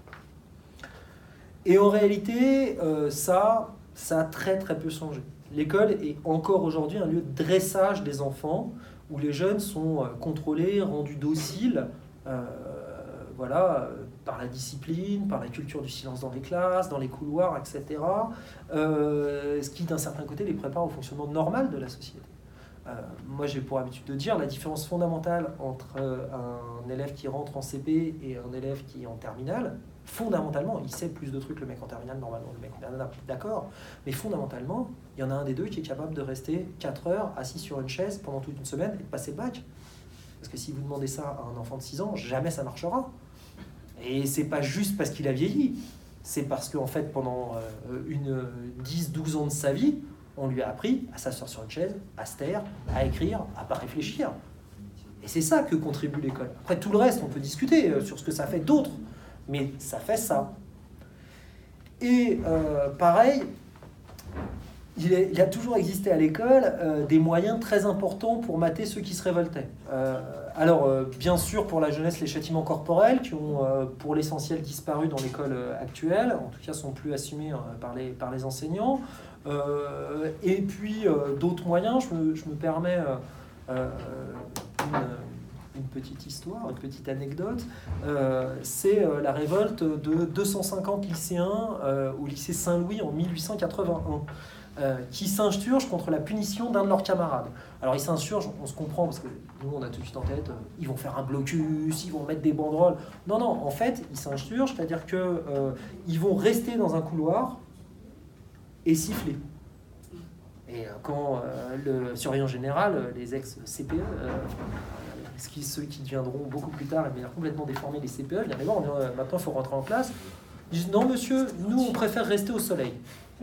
Et en réalité, euh, ça, ça a très très peu changé. L'école est encore aujourd'hui un lieu de dressage des enfants, où les jeunes sont contrôlés, rendus dociles, euh, voilà, par la discipline, par la culture du silence dans les classes, dans les couloirs, et cetera. Euh, ce qui, d'un certain côté, les prépare au fonctionnement normal de la société. Euh, moi, j'ai pour habitude de dire la différence fondamentale entre euh, un élève qui rentre en C P et un élève qui est en terminale, fondamentalement, il sait plus de trucs le mec en terminale, normalement, le mec en terminale, d'accord, mais fondamentalement, il y en a un des deux qui est capable de rester quatre heures assis sur une chaise pendant toute une semaine et de passer le bac. Parce que si vous demandez ça à un enfant de six ans, jamais ça marchera. Et c'est pas juste parce qu'il a vieilli, c'est parce qu'en fait, pendant euh, une dix douze ans de sa vie, on lui a appris à s'asseoir sur une chaise, à se taire, à écrire, à pas réfléchir. Et c'est ça que contribue l'école. Après, tout le reste, on peut discuter sur ce que ça fait d'autres, mais ça fait ça. Et euh, pareil, il, est, il a toujours existé à l'école euh, des moyens très importants pour mater ceux qui se révoltaient. Euh, alors, euh, bien sûr, pour la jeunesse, les châtiments corporels qui ont, euh, pour l'essentiel, disparu dans l'école actuelle, en tout cas, sont plus assumés euh, par, les, par les enseignants. Euh, et puis, euh, d'autres moyens, je me, je me permets euh, euh, une, une petite histoire, une petite anecdote. Euh, c'est euh, la révolte de deux cent cinquante lycéens euh, au lycée Saint-Louis en mille huit cent quatre-vingt-un. Euh, qui s'insurgent contre la punition d'un de leurs camarades. Alors ils s'insurgent, on se comprend, parce que nous on a tout de suite en tête, euh, ils vont faire un blocus, ils vont mettre des banderoles. Non, non, en fait, ils s'insurgent, c'est-à-dire qu'ils euh, vont rester dans un couloir et siffler. Et euh, quand euh, le surveillant général, les ex-C P E, euh, ce qui, ceux qui deviendront beaucoup plus tard et bien complètement déformés, les C P E, viennent les voir en disant euh, maintenant il faut rentrer en classe. Ils disent non monsieur, nous on préfère rester au soleil.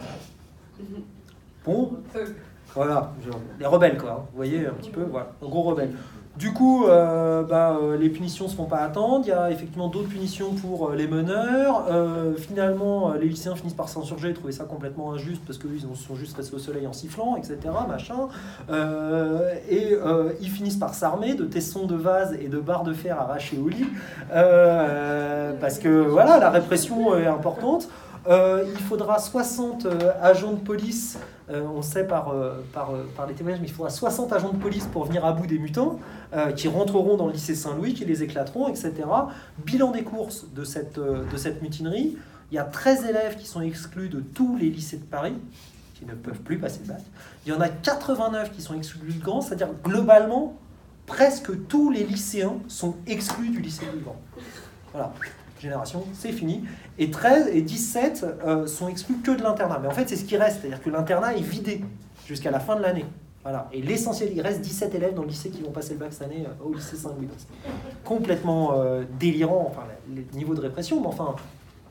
Bon, voilà, genre, les rebelles quoi, vous voyez un petit peu, voilà, un gros rebelle. Du coup, euh, bah, euh, les punitions ne se font pas attendre, il y a effectivement d'autres punitions pour euh, les meneurs. Euh, finalement, euh, les lycéens finissent par s'insurger, trouver ça complètement injuste parce qu'eux, ils sont juste restés au soleil en sifflant, et cetera. Machin. Euh, et euh, ils finissent par s'armer de tessons de vase et de barres de fer arrachées au lit, euh, parce que voilà, la répression est importante. Euh, il faudra soixante euh, agents de police, euh, on sait par, euh, par, euh, par les témoignages, mais il faudra soixante agents de police pour venir à bout des mutants, euh, qui rentreront dans le lycée Saint-Louis, qui les éclateront, et cetera. Bilan des courses de cette, euh, de cette mutinerie, il y a treize élèves qui sont exclus de tous les lycées de Paris, qui ne peuvent plus passer le bac. Il y en a quatre-vingt-neuf qui sont exclus du Grand, c'est-à-dire globalement, presque tous les lycéens sont exclus du lycée du Grand. Voilà. Génération, c'est fini. Et treize et dix-sept euh, sont exclus que de l'internat. Mais en fait, c'est ce qui reste, c'est-à-dire que l'internat est vidé jusqu'à la fin de l'année. Voilà. Et l'essentiel, il reste dix-sept élèves dans le lycée qui vont passer le bac cette année euh, au lycée Saint-Louis. complètement euh, délirant, enfin, les niveaux de répression, mais enfin,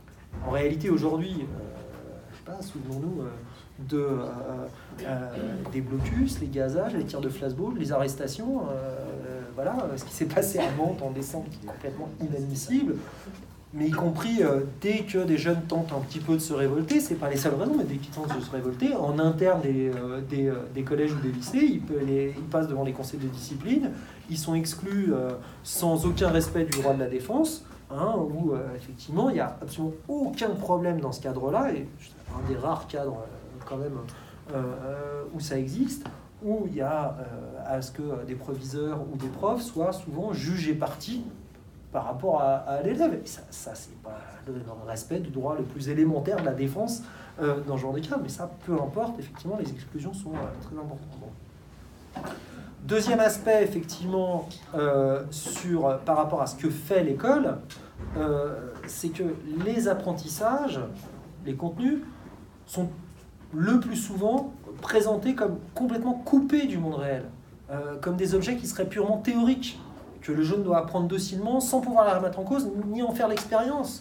en réalité, aujourd'hui, euh, je sais pas, souvenons-nous euh, de, euh, euh, des blocus, les gazages, les tirs de flashball, les arrestations, euh, voilà, ce qui s'est passé à Mantes en décembre, qui est complètement inadmissible. Mais y compris euh, dès que des jeunes tentent un petit peu de se révolter, c'est pas les seules raisons, mais dès qu'ils tentent de se révolter, en interne des, euh, des, euh, des collèges ou des lycées, ils, peuvent les, ils passent devant les conseils de discipline, ils sont exclus euh, sans aucun respect du droit de la défense, hein, où euh, effectivement il n'y a absolument aucun problème dans ce cadre-là, et un des rares cadres euh, quand même euh, euh, où ça existe, où il y a euh, à ce que des proviseurs ou des profs soient souvent jugés partis par rapport à, à l'élève. Et ça, ça c'est pas le, dans le respect du droit le plus élémentaire de la défense euh, dans ce genre de cas, mais ça, peu importe, effectivement, les exclusions sont euh, très importantes. Bon. Deuxième aspect, effectivement, euh, sur, par rapport à ce que fait l'école, euh, c'est que les apprentissages, les contenus, sont le plus souvent présentés comme complètement coupés du monde réel, euh, comme des objets qui seraient purement théoriques, que le jeune doit apprendre docilement sans pouvoir la remettre en cause ni en faire l'expérience.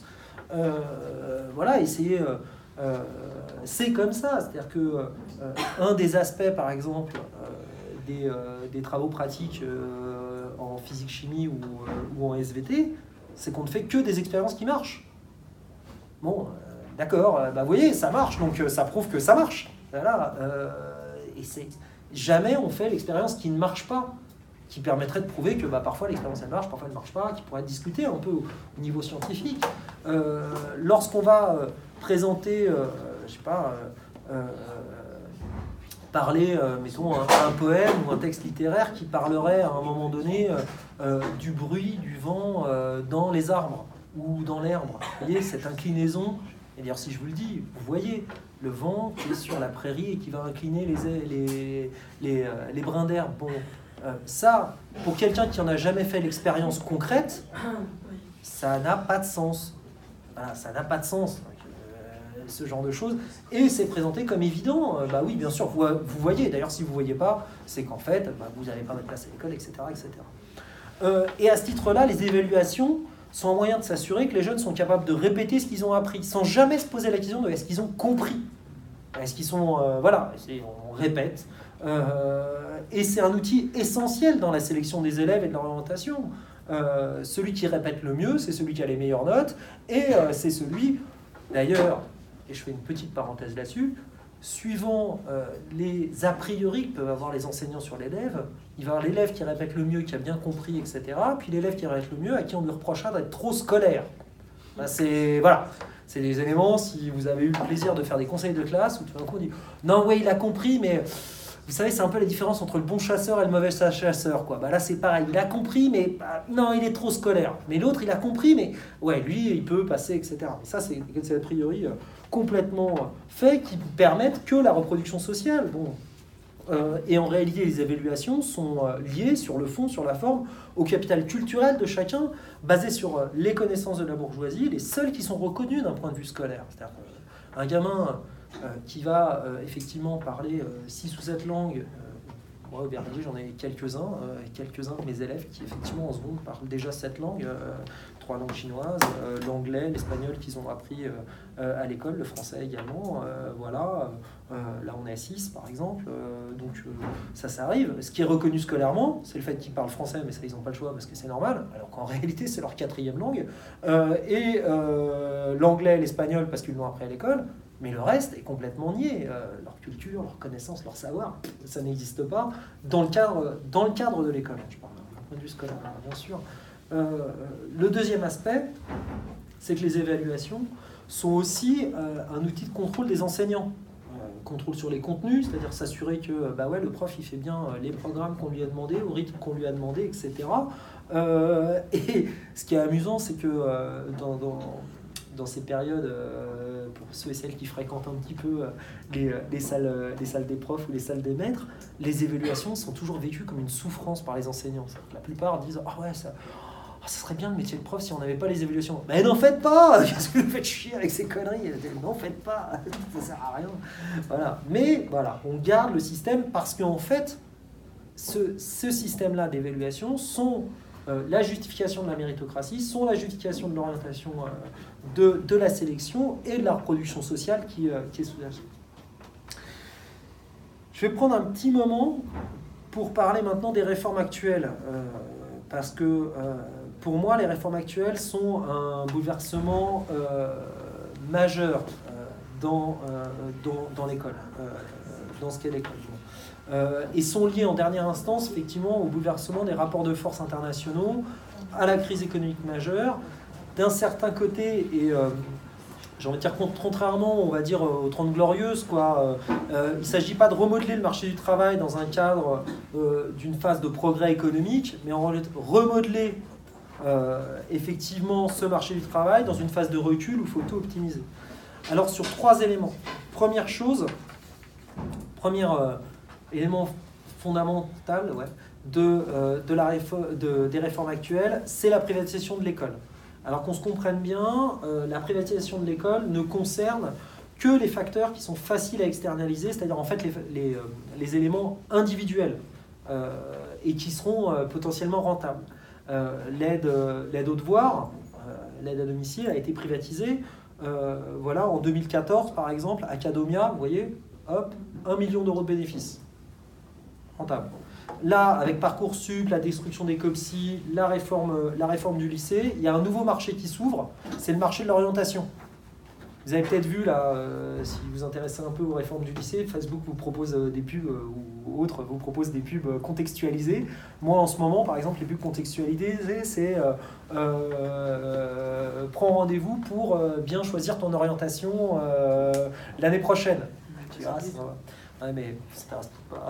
Euh, voilà, essayer, euh, euh, c'est comme ça. C'est-à-dire que euh, un des aspects, par exemple, euh, des, euh, des travaux pratiques euh, en physique-chimie ou, euh, ou en S V T, c'est qu'on ne fait que des expériences qui marchent. Bon, euh, D'accord, euh, bah, vous voyez, ça marche, donc euh, ça prouve que ça marche. Voilà, euh, et c'est jamais on fait l'expérience qui ne marche pas, qui permettrait de prouver que bah, parfois l'expérience elle marche, parfois elle ne marche pas, qui pourrait être discutée un peu au, au niveau scientifique. Euh, Lorsqu'on va euh, présenter, euh, je sais pas, euh, euh, parler, euh, mettons, un, un poème ou un texte littéraire qui parlerait à un moment donné euh, euh, du bruit, du vent euh, dans les arbres ou dans l'herbe. Vous voyez, cette inclinaison, et d'ailleurs si je vous le dis, vous voyez le vent qui est sur la prairie et qui va incliner les, les, les, euh, les brins d'herbe. Bon, euh, ça, pour quelqu'un qui n'en a jamais fait l'expérience concrète, ça n'a pas de sens. Voilà, ça n'a pas de sens. Ce genre de choses, et c'est présenté comme évident. Bah oui, bien sûr, vous, vous voyez, d'ailleurs si vous ne voyez pas, c'est qu'en fait, bah, vous n'avez pas votre place à l'école, et cetera et cetera. Euh, et à ce titre-là, les évaluations sont un moyen de s'assurer que les jeunes sont capables de répéter ce qu'ils ont appris, sans jamais se poser la question de est-ce qu'ils ont compris. Est-ce qu'ils sont... Euh, voilà, on répète. Euh, et c'est un outil essentiel dans la sélection des élèves et de leur orientation. Euh, celui qui répète le mieux, c'est celui qui a les meilleures notes, et euh, c'est celui, d'ailleurs, et je fais une petite parenthèse là-dessus, suivant euh, les a priori que peuvent avoir les enseignants sur l'élève, il va y avoir l'élève qui répète le mieux, qui a bien compris, et cetera, puis l'élève qui répète le mieux, à qui on lui reprochera d'être trop scolaire. Ben c'est, voilà, c'est des éléments, si vous avez eu le plaisir de faire des conseils de classe, où tout d'un coup on dit « Non, ouais, il a compris, mais... » Vous savez, c'est un peu la différence entre le bon chasseur et le mauvais chasseur, quoi. Bah là, c'est pareil. Il a compris, mais bah, non, il est trop scolaire. Mais l'autre, il a compris, mais ouais, lui, il peut passer, et cetera. Mais ça, c'est a priori euh, complètement euh, fait qui permettent que la reproduction sociale. Bon. Euh, et en réalité, les évaluations sont euh, liées sur le fond, sur la forme, au capital culturel de chacun, basé sur euh, les connaissances de la bourgeoisie, les seules qui sont reconnues d'un point de vue scolaire. C'est-à-dire qu'un gamin... Euh, qui va euh, effectivement parler euh, six ou sept langues. Euh, moi, au Berger, j'en ai quelques-uns, euh, quelques-uns de mes élèves qui, effectivement, en seconde, parlent déjà sept langues, euh, trois langues chinoises, euh, l'anglais, l'espagnol qu'ils ont appris euh, euh, à l'école, le français également. Euh, voilà, euh, là, on est à six, par exemple. Euh, donc, euh, ça, ça arrive. Ce qui est reconnu scolairement, c'est le fait qu'ils parlent français, mais ça, ils n'ont pas le choix parce que c'est normal, alors qu'en réalité, c'est leur quatrième langue. Euh, et euh, l'anglais, l'espagnol, parce qu'ils l'ont appris à l'école. Mais le reste est complètement nié. Euh, leur culture, leur connaissance, leur savoir, ça n'existe pas dans le cadre, dans le cadre de l'école. Je parle d'un point de vue scolaire, bien sûr. Euh, le deuxième aspect, c'est que les évaluations sont aussi euh, un outil de contrôle des enseignants. Euh, contrôle sur les contenus, c'est-à-dire s'assurer que bah ouais, le prof il fait bien les programmes qu'on lui a demandé, au rythme qu'on lui a demandé, et cetera. Euh, et ce qui est amusant, c'est que euh, dans, dans dans ces périodes, euh, pour ceux et celles qui fréquentent un petit peu euh, les, les, salles, les salles des profs ou les salles des maîtres, les évaluations sont toujours vécues comme une souffrance par les enseignants. La plupart disent « Ah ouais, ça, oh, ça serait bien le métier de prof si on n'avait pas les évaluations. » Mais n'en faites pas. Qu'est-ce que vous faites chier avec ces conneries? N'en faites pas. Ça sert à rien. Voilà. Mais voilà, on garde le système parce qu'en fait, ce, ce système-là d'évaluation sont euh, la justification de la méritocratie, sont la justification de l'orientation euh, de, de la sélection et de la reproduction sociale qui, euh, qui est sous-jacente. Je vais prendre un petit moment pour parler maintenant des réformes actuelles, euh, parce que euh, pour moi, les réformes actuelles sont un bouleversement euh, majeur euh, dans, euh, dans, dans l'école, euh, dans ce qu'est l'école. Euh, et sont liées en dernière instance, effectivement, au bouleversement des rapports de force internationaux, à la crise économique majeure, d'un certain côté, et euh, j'ai envie de dire contrairement, on va dire, aux Trente Glorieuses, quoi, euh, il ne s'agit pas de remodeler le marché du travail dans un cadre euh, d'une phase de progrès économique, mais en remodeler euh, effectivement ce marché du travail dans une phase de recul où il faut tout optimiser. Alors sur trois éléments. Première chose, premier euh, élément fondamental ouais, de, euh, de la réforme, de, des réformes actuelles, c'est la privatisation de l'école. Alors qu'on se comprenne bien, euh, la privatisation de l'école ne concerne que les facteurs qui sont faciles à externaliser, c'est-à-dire en fait les, les, euh, les éléments individuels euh, et qui seront euh, potentiellement rentables. Euh, l'aide, l'aide aux devoirs, euh, l'aide à domicile a été privatisée. Euh, voilà, en deux mille quatorze, par exemple, Acadomia, vous voyez, hop, un million d'euros de bénéfices. Rentable. Là, avec Parcoursup, la destruction des COPSI, la réforme, la réforme du lycée, il y a un nouveau marché qui s'ouvre, c'est le marché de l'orientation. Vous avez peut-être vu, là, euh, si vous vous intéressez un peu aux réformes du lycée, Facebook vous propose euh, des pubs, euh, ou autres vous propose des pubs euh, contextualisées. Moi, en ce moment, par exemple, les pubs contextualisées, c'est euh, euh, prends rendez-vous pour euh, bien choisir ton orientation euh, l'année prochaine. Tu diras, ça va. Ouais, mais ça t'intéresse pas.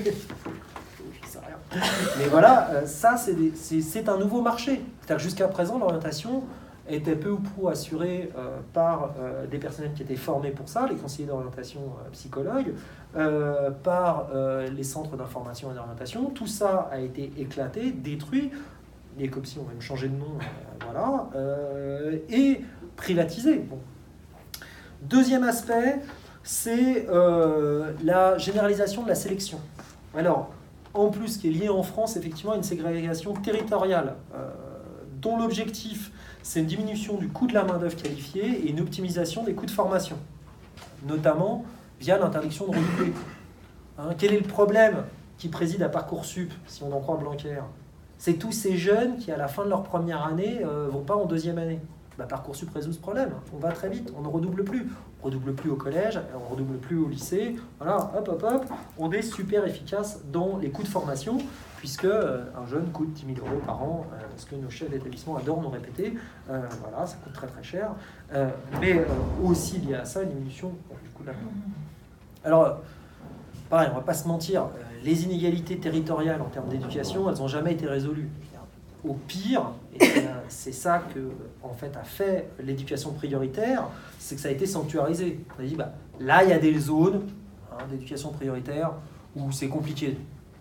Je sais rien. Mais voilà, euh, ça, c'est un nouveau marché. C'est-à-dire que jusqu'à présent, l'orientation était peu ou prou assurée euh, par euh, des personnels qui étaient formés pour ça, les conseillers d'orientation euh, psychologues, euh, par euh, les centres d'information et d'orientation. Tout ça a été éclaté, détruit, les COPSI ont même changé de nom, euh, voilà, euh, et privatisé. Bon. Deuxième aspect, c'est euh, la généralisation de la sélection. Alors, en plus, qui est lié en France, effectivement, à une ségrégation territoriale, euh, dont l'objectif, c'est une diminution du coût de la main-d'œuvre qualifiée et une optimisation des coûts de formation, notamment via l'interdiction de redoubler. Hein, quel est le problème qui préside à Parcoursup, si on en croit Blanquer? C'est tous ces jeunes qui, à la fin de leur première année, ne euh, vont pas en deuxième année. Bah, Parcoursup résout ce problème. On va très vite, on ne redouble plus. On ne redouble plus au collège, on ne redouble plus au lycée. Voilà, hop, hop, hop. On est super efficace dans les coûts de formation, puisque euh, un jeune coûte dix mille euros par an, euh, ce que nos chefs d'établissement adorent nous répéter. Euh, voilà, ça coûte très très cher. Euh, mais euh, aussi lié à ça, une diminution du coût de la main. Alors, pareil, on ne va pas se mentir, euh, les inégalités territoriales en termes d'éducation, elles n'ont jamais été résolues. Au pire, et c'est ça que en fait a fait l'éducation prioritaire, c'est que ça a été sanctuarisé. On a dit bah là il y a des zones hein, d'éducation prioritaire où c'est compliqué,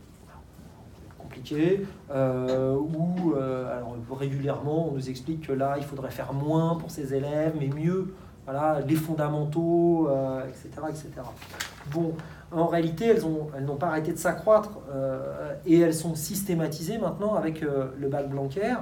compliqué, euh, où euh, alors régulièrement on nous explique que là il faudrait faire moins pour ces élèves, mais mieux, voilà, les fondamentaux, euh, et cetera, et cetera. Bon. En réalité, elles n'ont elles n'ont pas arrêté de s'accroître euh, et elles sont systématisées maintenant avec euh, le bac Blanquer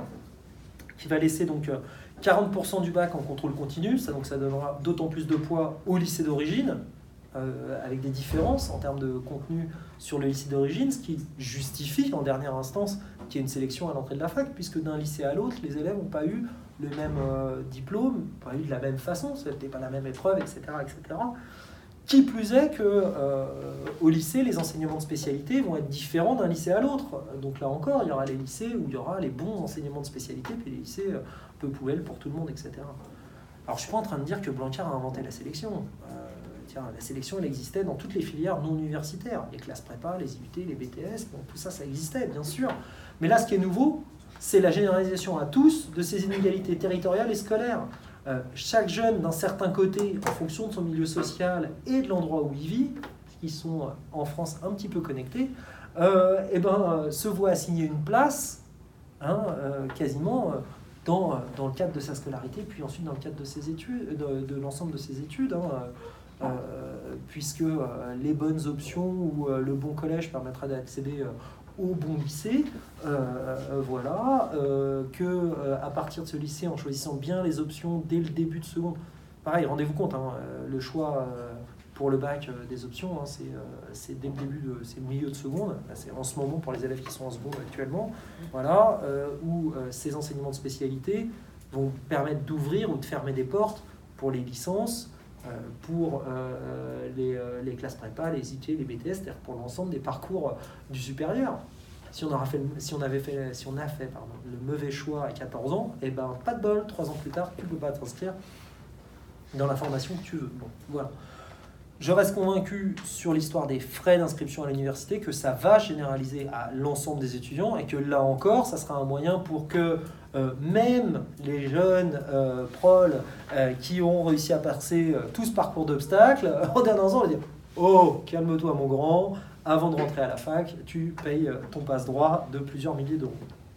qui va laisser donc euh, quarante pour cent du bac en contrôle continu, ça, donc ça donnera d'autant plus de poids au lycée d'origine euh, avec des différences en termes de contenu sur le lycée d'origine, ce qui justifie en dernière instance qu'il y ait une sélection à l'entrée de la fac, puisque d'un lycée à l'autre, les élèves n'ont pas eu le même euh, diplôme, pas eu de la même façon, ce n'était pas la même épreuve, et cetera, et cetera. Qui plus est que euh, au lycée, les enseignements de spécialité vont être différents d'un lycée à l'autre. Donc là encore, il y aura les lycées où il y aura les bons enseignements de spécialité, puis les lycées un peu poubelles pour tout le monde, et cetera. Alors je ne suis pas en train de dire que Blanquer a inventé la sélection. Euh, tiens, la sélection, elle existait dans toutes les filières non universitaires. Les classes prépa, les I U T, les B T S, bon, tout ça, ça existait, bien sûr. Mais là, ce qui est nouveau, c'est la généralisation à tous de ces inégalités territoriales et scolaires. Euh, chaque jeune d'un certain côté, en fonction de son milieu social et de l'endroit où il vit, qui sont en France un petit peu connectés, euh, et ben, euh, se voit assigner une place hein, euh, quasiment dans, dans le cadre de sa scolarité, puis ensuite dans le cadre de ses études, de, de l'ensemble de ses études, hein, euh, puisque euh, les bonnes options ou euh, le bon collège permettra d'accéder euh, au bon lycée, euh, euh, voilà, euh, que euh, à partir de ce lycée, en choisissant bien les options dès le début de seconde, pareil, rendez-vous compte, hein, le choix euh, pour le bac euh, des options, hein, c'est euh, dès le début, de, c'est le milieu de seconde, c'est en ce moment pour les élèves qui sont en seconde actuellement, voilà, euh, où euh, ces enseignements de spécialité vont permettre d'ouvrir ou de fermer des portes pour les licences, euh, pour euh, les, euh, les classes prépa, les I T, les B T S, c'est-à-dire pour l'ensemble des parcours du supérieur. Si on, aura fait, si on avait fait, si on a fait pardon, le mauvais choix à quatorze ans, et ben pas de bol, trois ans plus tard, tu ne peux pas t'inscrire dans la formation que tu veux. Bon, voilà. Je reste convaincu sur l'histoire des frais d'inscription à l'université que ça va généraliser à l'ensemble des étudiants et que là encore, ça sera un moyen pour que euh, même les jeunes euh, proles euh, qui ont réussi à passer euh, tout ce parcours d'obstacles, en dernier ans, on va dire « Oh, calme-toi mon grand, avant de rentrer à la fac, tu payes ton passe-droit de plusieurs milliers d'euros. »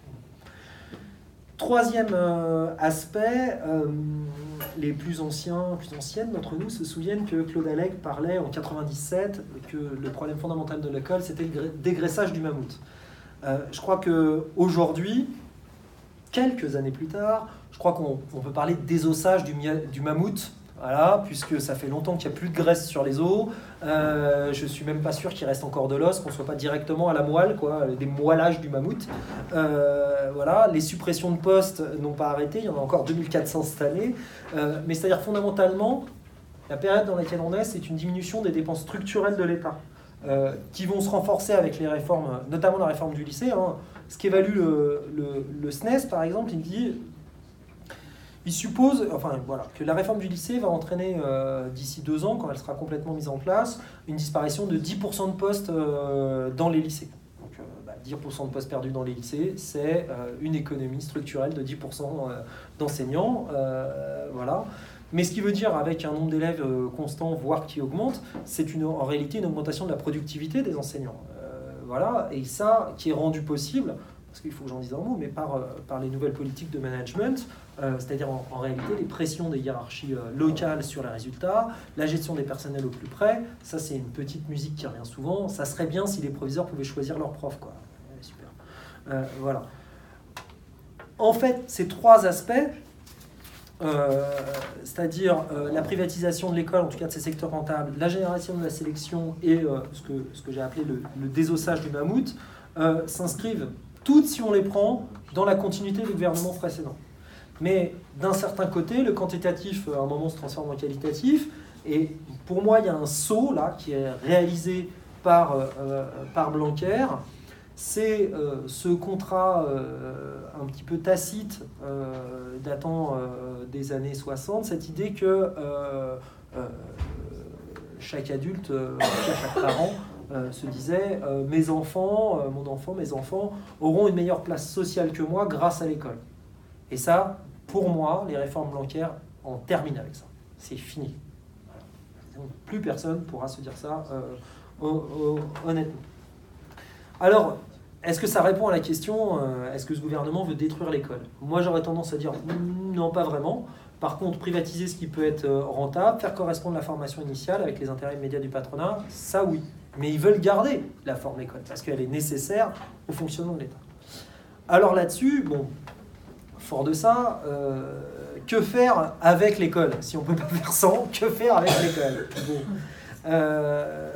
Troisième euh, aspect, euh, les plus anciens, plus anciennes d'entre nous se souviennent que Claude Allègre parlait en quatre-vingt-dix-sept que le problème fondamental de l'école, c'était le dégraissage du mammouth. Euh, je crois qu'aujourd'hui, quelques années plus tard, je crois qu'on on peut parler de désossage du, du mammouth, voilà, puisque ça fait longtemps qu'il n'y a plus de graisse sur les os. Euh, je ne suis même pas sûr qu'il reste encore de l'os, qu'on ne soit pas directement à la moelle, quoi, des moillages du mammouth. Euh, voilà, les suppressions de postes n'ont pas arrêté, il y en a encore deux mille quatre cents cette année. Euh, mais c'est-à-dire fondamentalement, La période dans laquelle on est, c'est une diminution des dépenses structurelles de l'État, euh, qui vont se renforcer avec les réformes, notamment la réforme du lycée. Hein. Ce qu'évalue le, le, le S N E S, par exemple, il dit, il suppose, enfin voilà, que la réforme du lycée va entraîner euh, d'ici deux ans, quand elle sera complètement mise en place, une disparition de dix pour cent de postes euh, dans les lycées. Donc euh, bah, dix pour cent de postes perdus dans les lycées, c'est euh, une économie structurelle de dix pour cent euh, d'enseignants. Euh, voilà. Mais ce qui veut dire, avec un nombre d'élèves euh, constant, voire qui augmente, c'est une, en réalité une augmentation de la productivité des enseignants. Euh, voilà. Et ça, qui est rendu possible, parce qu'il faut que j'en dise un mot, mais par, euh, par les nouvelles politiques de management, euh, c'est-à-dire en, en réalité les pressions des hiérarchies euh, locales sur les résultats, la gestion des personnels au plus près, ça c'est une petite musique qui revient souvent, ça serait bien si les proviseurs pouvaient choisir leurs profs, quoi. Ouais, super. Euh, voilà. En fait, ces trois aspects, euh, c'est-à-dire euh, la privatisation de l'école, en tout cas de ses secteurs rentables, la génération de la sélection et euh, ce que, ce que j'ai appelé le, le désossage du mammouth, euh, s'inscrivent toutes, si on les prend, dans la continuité du gouvernement précédent. Mais d'un certain côté, le quantitatif, à un moment, se transforme en qualitatif. Et pour moi, il y a un saut là, qui est réalisé par, euh, par Blanquer. C'est euh, ce contrat euh, un petit peu tacite, euh, datant euh, des années soixante, cette idée que euh, euh, chaque adulte, euh, chaque parent, Euh, se disait euh, mes enfants, euh, mon enfant, mes enfants auront une meilleure place sociale que moi grâce à l'école. Et ça, pour moi, les réformes Blanquer en terminent avec ça. C'est fini. Voilà. Plus personne pourra se dire ça euh, honnêtement. Alors, est-ce que ça répond à la question euh, est-ce que ce gouvernement veut détruire l'école? Moi, j'aurais tendance à dire non, pas vraiment. Par contre, privatiser ce qui peut être rentable, faire correspondre la formation initiale avec les intérêts immédiats du patronat, ça oui. Mais ils veulent garder la forme école parce qu'elle est nécessaire au fonctionnement de l'État. Alors là-dessus, bon, fort de ça, euh, que faire avec l'école? Si on ne peut pas faire sans, que faire avec l'école? Bon. euh,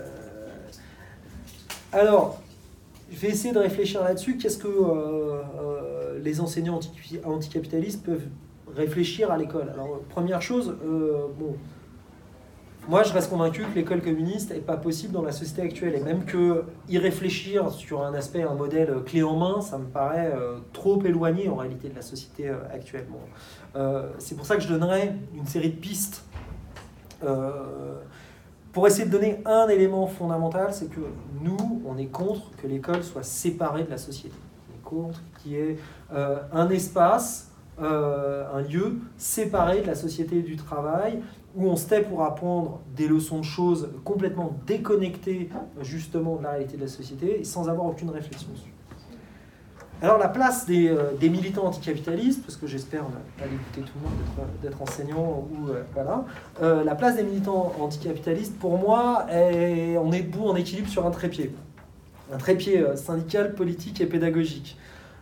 Alors, je vais essayer de réfléchir là-dessus. Qu'est-ce que euh, euh, les enseignants anti- anticapitalistes peuvent réfléchir à l'école? Alors, première chose, euh, bon, moi je reste convaincu que l'école communiste n'est pas possible dans la société actuelle, et même que y réfléchir sur un aspect, un modèle clé en main, ça me paraît euh, trop éloigné en réalité de la société euh, actuelle. Bon, euh, c'est pour ça que je donnerai une série de pistes euh, pour essayer de donner un élément fondamental, c'est que nous, on est contre que l'école soit séparée de la société. On est contre qu'il y ait euh, un espace, euh, un lieu séparé de la société et du travail, où on se tait pour apprendre des leçons de choses complètement déconnectées justement de la réalité de la société, sans avoir aucune réflexion dessus. Alors la place des, euh, des militants anticapitalistes, parce que j'espère ne pas dégoûter tout le monde d'être, d'être enseignant, ou euh, voilà, euh, la place des militants anticapitalistes, pour moi, est, on est debout en équilibre sur un trépied. Un trépied euh, syndical, politique et pédagogique.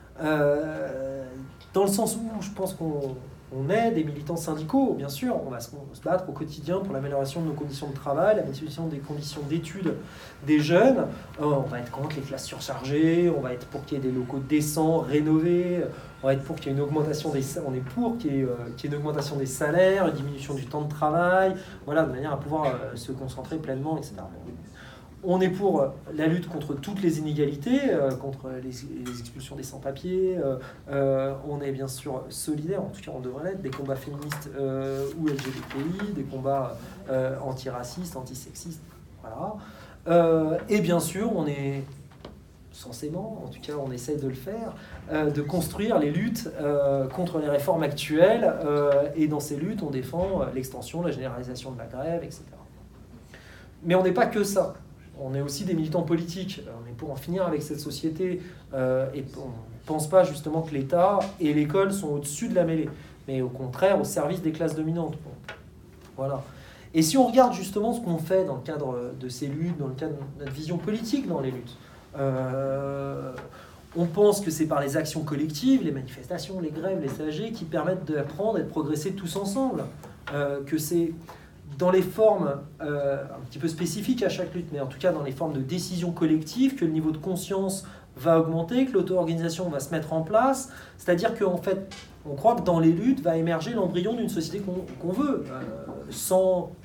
Euh, dans le sens où je pense qu'on on est des militants syndicaux, bien sûr, on va se, on va se battre au quotidien pour l'amélioration de nos conditions de travail, l'amélioration des conditions d'études des jeunes. Euh, on va être contre les classes surchargées, on va être pour qu'il y ait des locaux décents, rénovés, on va être pour qu'il y ait une augmentation des, on est pour qu'il y ait, euh, qu'il y ait une augmentation des salaires, une diminution du temps de travail, voilà, de manière à pouvoir euh, se concentrer pleinement, et cetera. On est pour la lutte contre toutes les inégalités, euh, contre les, les expulsions des sans-papiers. Euh, euh, on est bien sûr solidaire, en tout cas on devrait l'être, des combats féministes euh, ou L G B T I, des combats euh, antiracistes, antisexistes. Voilà. Euh, et bien sûr, on est censément, en tout cas on essaye de le faire, euh, de construire les luttes euh, contre les réformes actuelles. Euh, et dans ces luttes, on défend l'extension, la généralisation de la grève, et cetera. Mais on n'est pas que ça. On est aussi des militants politiques. On est pour en finir avec cette société euh, et on ne pense pas justement que l'État et l'école sont au-dessus de la mêlée, mais au contraire au service des classes dominantes. Bon. Voilà. Et si on regarde justement ce qu'on fait dans le cadre de ces luttes, dans le cadre de notre vision politique dans les luttes, euh, on pense que c'est par les actions collectives, les manifestations, les grèves, les A G qui permettent d'apprendre et de progresser tous ensemble, euh, que c'est dans les formes euh, un petit peu spécifiques à chaque lutte, mais en tout cas dans les formes de décision collective, que le niveau de conscience va augmenter, que l'auto-organisation va se mettre en place. C'est-à-dire qu'en fait, on croit que dans les luttes va émerger l'embryon d'une société qu'on, qu'on veut, euh, sans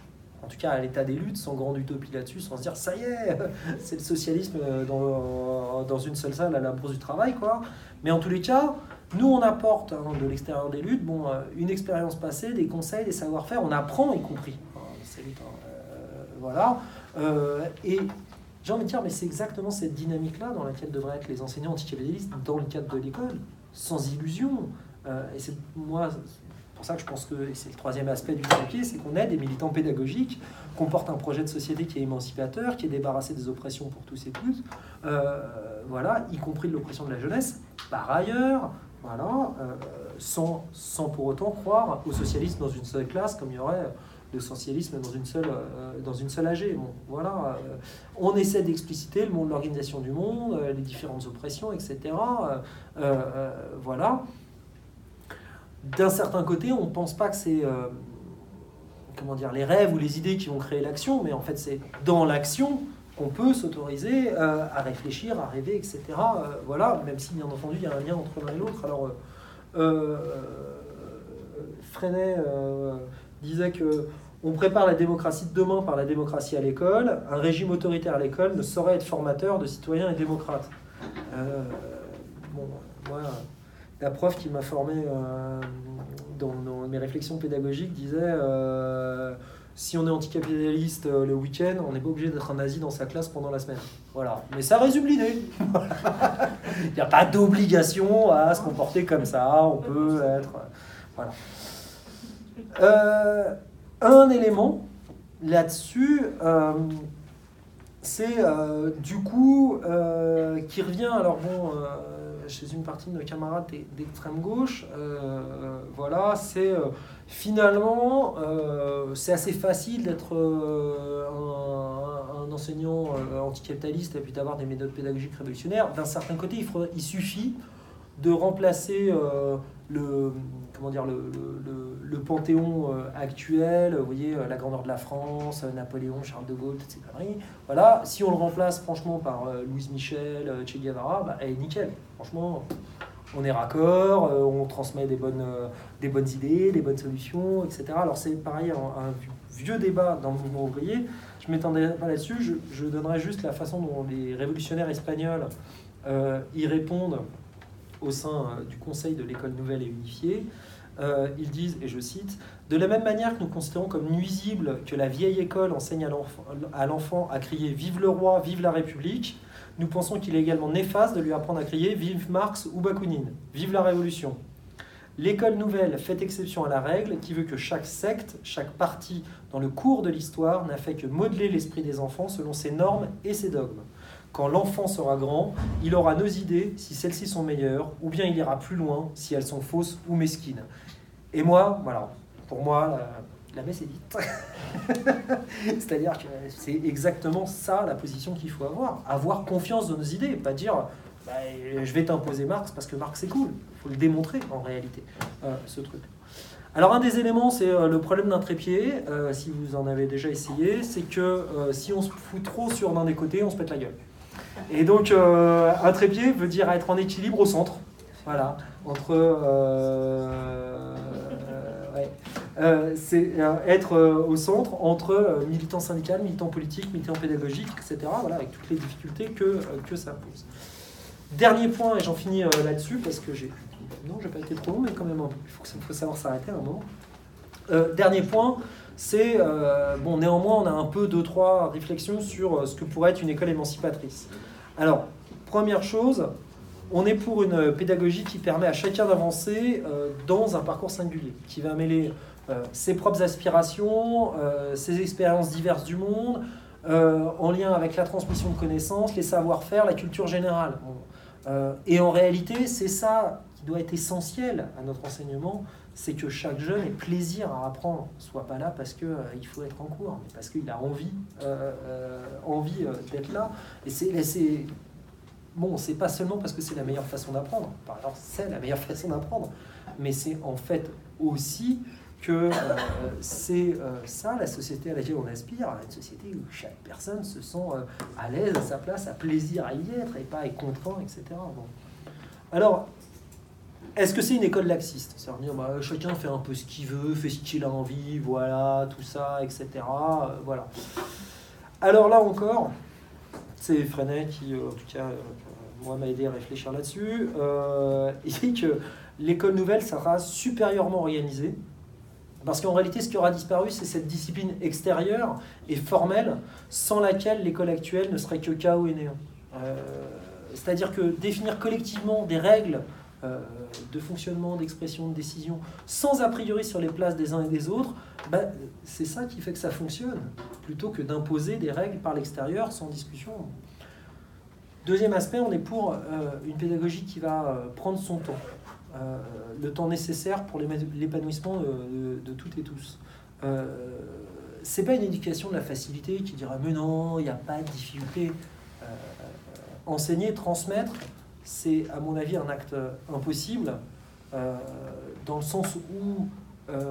en tout cas à l'état des luttes, sans grande utopie là-dessus, sans se dire ça y est, c'est le socialisme dans, dans une seule salle à la Bourse du Travail, quoi. Mais en tous les cas, nous on apporte hein, de l'extérieur des luttes, bon, une expérience passée, des conseils, des savoir-faire, on apprend y compris hein, ces luttes, hein, euh, voilà. Euh, et j'ai envie de dire, mais c'est exactement cette dynamique-là dans laquelle devraient être les enseignants anticapitalistes dans le cadre de l'école, sans illusion. Euh, et c'est moi. C'est pour ça que je pense que c'est le troisième aspect du papier, c'est qu'on est des militants pédagogiques, qu'on porte un projet de société qui est émancipateur, qui est débarrassé des oppressions pour tous et toutes, euh, voilà, y compris de l'oppression de la jeunesse, par ailleurs, voilà, euh, sans, sans pour autant croire au socialisme dans une seule classe, comme il y aurait le socialisme dans une seule, euh, dans une seule A G. Bon, voilà, euh, on essaie d'expliciter le monde, l'organisation du monde, euh, les différentes oppressions, et cetera. Euh, euh, voilà. D'un certain côté, on ne pense pas que c'est euh, comment dire, les rêves ou les idées qui vont créer l'action, mais en fait, c'est dans l'action qu'on peut s'autoriser euh, à réfléchir, à rêver, et cetera. Euh, voilà, même si, bien entendu, il y a un lien entre l'un et l'autre. Alors, euh, euh, Freinet euh, disait que on prépare la démocratie de demain par la démocratie à l'école. Un régime autoritaire à l'école ne saurait être formateur de citoyens et démocrates. Euh, bon, moi... La prof qui m'a formé euh, dans, dans mes réflexions pédagogiques disait euh, si on est anticapitaliste euh, le week-end, on n'est pas obligé d'être un nazi dans sa classe pendant la semaine. Voilà. Mais ça résume l'idée. Il n'y a pas d'obligation à se comporter comme ça. On peut être... Voilà. Euh, un élément là-dessus, euh, c'est euh, du coup euh, qui revient... Alors bon... Euh, chez une partie de nos camarades d'extrême gauche, euh, voilà, c'est euh, finalement, euh, c'est assez facile d'être euh, un, un enseignant euh, anticapitaliste et puis d'avoir des méthodes pédagogiques révolutionnaires. D'un certain côté, il, faudrait, il suffit de remplacer euh, le, comment dire, le, le, le panthéon euh, actuel, vous voyez, la grandeur de la France, Napoléon, Charles de Gaulle, toutes ces conneries. Voilà, si on le remplace franchement par euh, Louise Michel, euh, Che Guevara, bah, elle est nickel. Franchement, on est raccord, euh, on transmet des bonnes, euh, des bonnes idées, des bonnes solutions, et cetera. Alors c'est pareil, un, un vieux débat dans le mouvement ouvrier. Je ne m'étendrai pas là-dessus, je, je donnerai juste la façon dont les révolutionnaires espagnols euh, y répondent au sein du Conseil de l'école nouvelle et unifiée. Euh, ils disent, et je cite, « De la même manière que nous considérons comme nuisible que la vieille école enseigne à l'enfant à crier « Vive le roi, vive la République », nous pensons qu'il est également néfaste de lui apprendre à crier « Vive Marx ou Bakounine, vive la Révolution ». L'école nouvelle fait exception à la règle qui veut que chaque secte, chaque parti dans le cours de l'histoire n'a fait que modeler l'esprit des enfants selon ses normes et ses dogmes. Quand l'enfant sera grand, il aura nos idées si celles-ci sont meilleures, ou bien il ira plus loin si elles sont fausses ou mesquines. Et moi, voilà, pour moi, la, la messe est dite. C'est-à-dire que c'est exactement ça la position qu'il faut avoir. Avoir confiance dans nos idées, pas dire bah, je vais t'imposer Marx parce que Marx c'est cool. Il faut le démontrer en réalité, euh, ce truc. Alors un des éléments, c'est euh, le problème d'un trépied, euh, si vous en avez déjà essayé, c'est que euh, si on se fout trop sur l'un des côtés, on se pète la gueule. Et donc, euh, un trépied veut dire être en équilibre au centre. Voilà. Entre... Euh, ouais. euh, c'est euh, être euh, au centre entre euh, militants syndicaux, militants politiques, militants pédagogiques, et cetera. Voilà, avec toutes les difficultés que, euh, que ça pose. Dernier point, et j'en finis euh, là-dessus, parce que j'ai... Non, j'ai pas été trop long, mais quand même, il faut, que, faut savoir s'arrêter à un moment. Euh, dernier point, c'est, euh, bon, néanmoins, on a un peu deux, trois réflexions sur euh, ce que pourrait être une école émancipatrice. Alors, première chose, on est pour une pédagogie qui permet à chacun d'avancer euh, dans un parcours singulier, qui va mêler euh, ses propres aspirations, euh, ses expériences diverses du monde, euh, en lien avec la transmission de connaissances, les savoir-faire, la culture générale. Bon. Euh, et en réalité, c'est ça qui doit être essentiel à notre enseignement, c'est que chaque jeune ait plaisir à apprendre, soit pas là parce qu'il euh, faut être en cours, mais parce qu'il a envie, euh, euh, envie euh, d'être là. Et c'est, c'est bon, c'est pas seulement parce que c'est la meilleure façon d'apprendre. Alors c'est la meilleure façon d'apprendre, mais c'est en fait aussi que euh, c'est euh, ça la société à laquelle on aspire, une société où chaque personne se sent euh, à l'aise à sa place, a plaisir à y être et pas est contraint, et cetera. Bon. Alors Est-ce que c'est une école laxiste? C'est-à-dire, bah, chacun fait un peu ce qu'il veut, fait ce qu'il a envie, voilà, tout ça, et cetera. Euh, voilà. Alors là encore, c'est Freinet qui, euh, en tout cas, euh, moi, m'a aidé à réfléchir là-dessus. Euh, il dit que l'école nouvelle sera supérieurement organisée, parce qu'en réalité, ce qui aura disparu, c'est cette discipline extérieure et formelle, sans laquelle l'école actuelle ne serait que chaos et néant. Euh, c'est-à-dire que définir collectivement des règles euh, de fonctionnement, d'expression, de décision, sans a priori sur les places des uns et des autres, ben, c'est ça qui fait que ça fonctionne, plutôt que d'imposer des règles par l'extérieur sans discussion. Deuxième aspect, on est pour euh, une pédagogie qui va euh, prendre son temps. Euh, le temps nécessaire pour l'épanouissement de, de, de toutes et tous. Euh, c'est pas une éducation de la facilité qui dira mais non, il n'y a pas de difficulté. Euh, enseigner, transmettre, c'est à mon avis un acte impossible, euh, dans le sens où euh,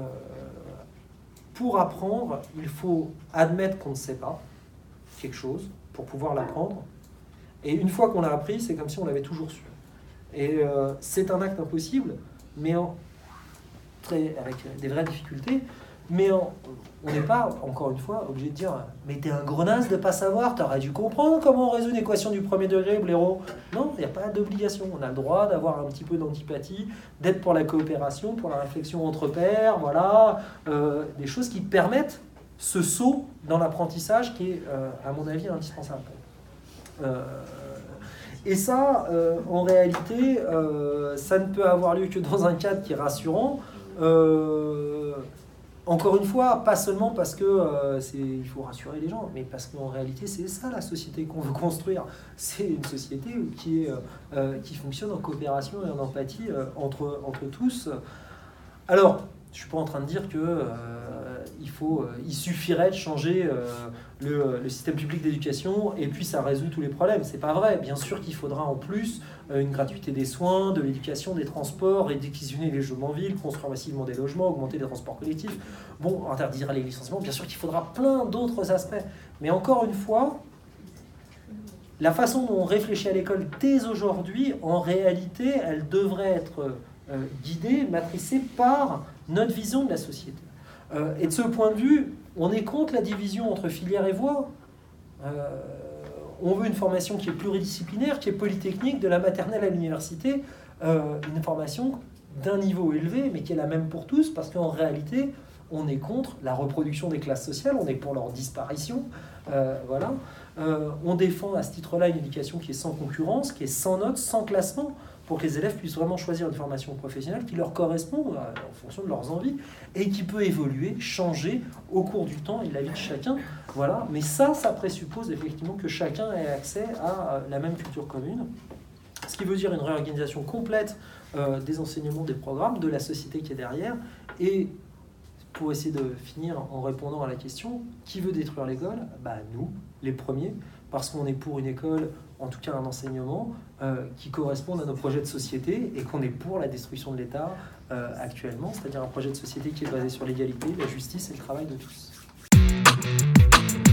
pour apprendre, il faut admettre qu'on ne sait pas quelque chose pour pouvoir l'apprendre. Et une fois qu'on l'a appris, c'est comme si on l'avait toujours su. Et euh, c'est un acte impossible, mais en, très, avec des vraies difficultés, mais en, on n'est pas, encore une fois, obligé de dire « mais t'es un grenasse de pas savoir, t'aurais dû comprendre comment on résout une équation du premier degré, blaireau ». Non, il n'y a pas d'obligation. On a le droit d'avoir un petit peu d'antipathie, d'être pour la coopération, pour la réflexion entre pairs, voilà, euh, des choses qui permettent ce saut dans l'apprentissage qui est, euh, à mon avis, indispensable. Euh, Et ça, euh, en réalité, euh, ça ne peut avoir lieu que dans un cadre qui est rassurant. Euh, encore une fois, pas seulement parce que euh, c'est, il faut rassurer les gens, mais parce qu'en réalité, c'est ça la société qu'on veut construire. C'est une société qui, est, euh, qui fonctionne en coopération et en empathie euh, entre, entre tous. Alors, je ne suis pas en train de dire que euh, il, faut, euh, il suffirait de changer euh, le, le système public d'éducation et puis ça résout tous les problèmes. C'est pas vrai. Bien sûr qu'il faudra en plus euh, une gratuité des soins, de l'éducation, des transports, réquisitionner les logements en ville, construire massivement des logements, augmenter les transports collectifs, bon, interdire les licenciements. Bien sûr qu'il faudra plein d'autres aspects. Mais encore une fois, la façon dont on réfléchit à l'école dès aujourd'hui, en réalité, elle devrait être euh, guidée, matricée par notre vision de la société. Euh, et de ce point de vue, on est contre la division entre filières et voies. Euh, on veut une formation qui est pluridisciplinaire, qui est polytechnique, de la maternelle à l'université, euh, une formation d'un niveau élevé, mais qui est la même pour tous, parce qu'en réalité, on est contre la reproduction des classes sociales, on est pour leur disparition. Euh, voilà. Euh, on défend à ce titre-là une éducation qui est sans concurrence, qui est sans notes, sans classement, pour que les élèves puissent vraiment choisir une formation professionnelle qui leur correspond en fonction de leurs envies et qui peut évoluer, changer au cours du temps et de la vie de chacun. Voilà. Mais ça, ça présuppose effectivement que chacun ait accès à la même culture commune, ce qui veut dire une réorganisation complète euh, des enseignements, des programmes, de la société qui est derrière. Et pour essayer de finir en répondant à la question, qui veut détruire l'école? Bah, nous, les premiers, parce qu'on est pour une école, en tout cas un enseignement, euh, qui corresponde à nos projets de société et qu'on est pour la destruction de l'État euh, actuellement, c'est-à-dire un projet de société qui est basé sur l'égalité, la justice et le travail de tous.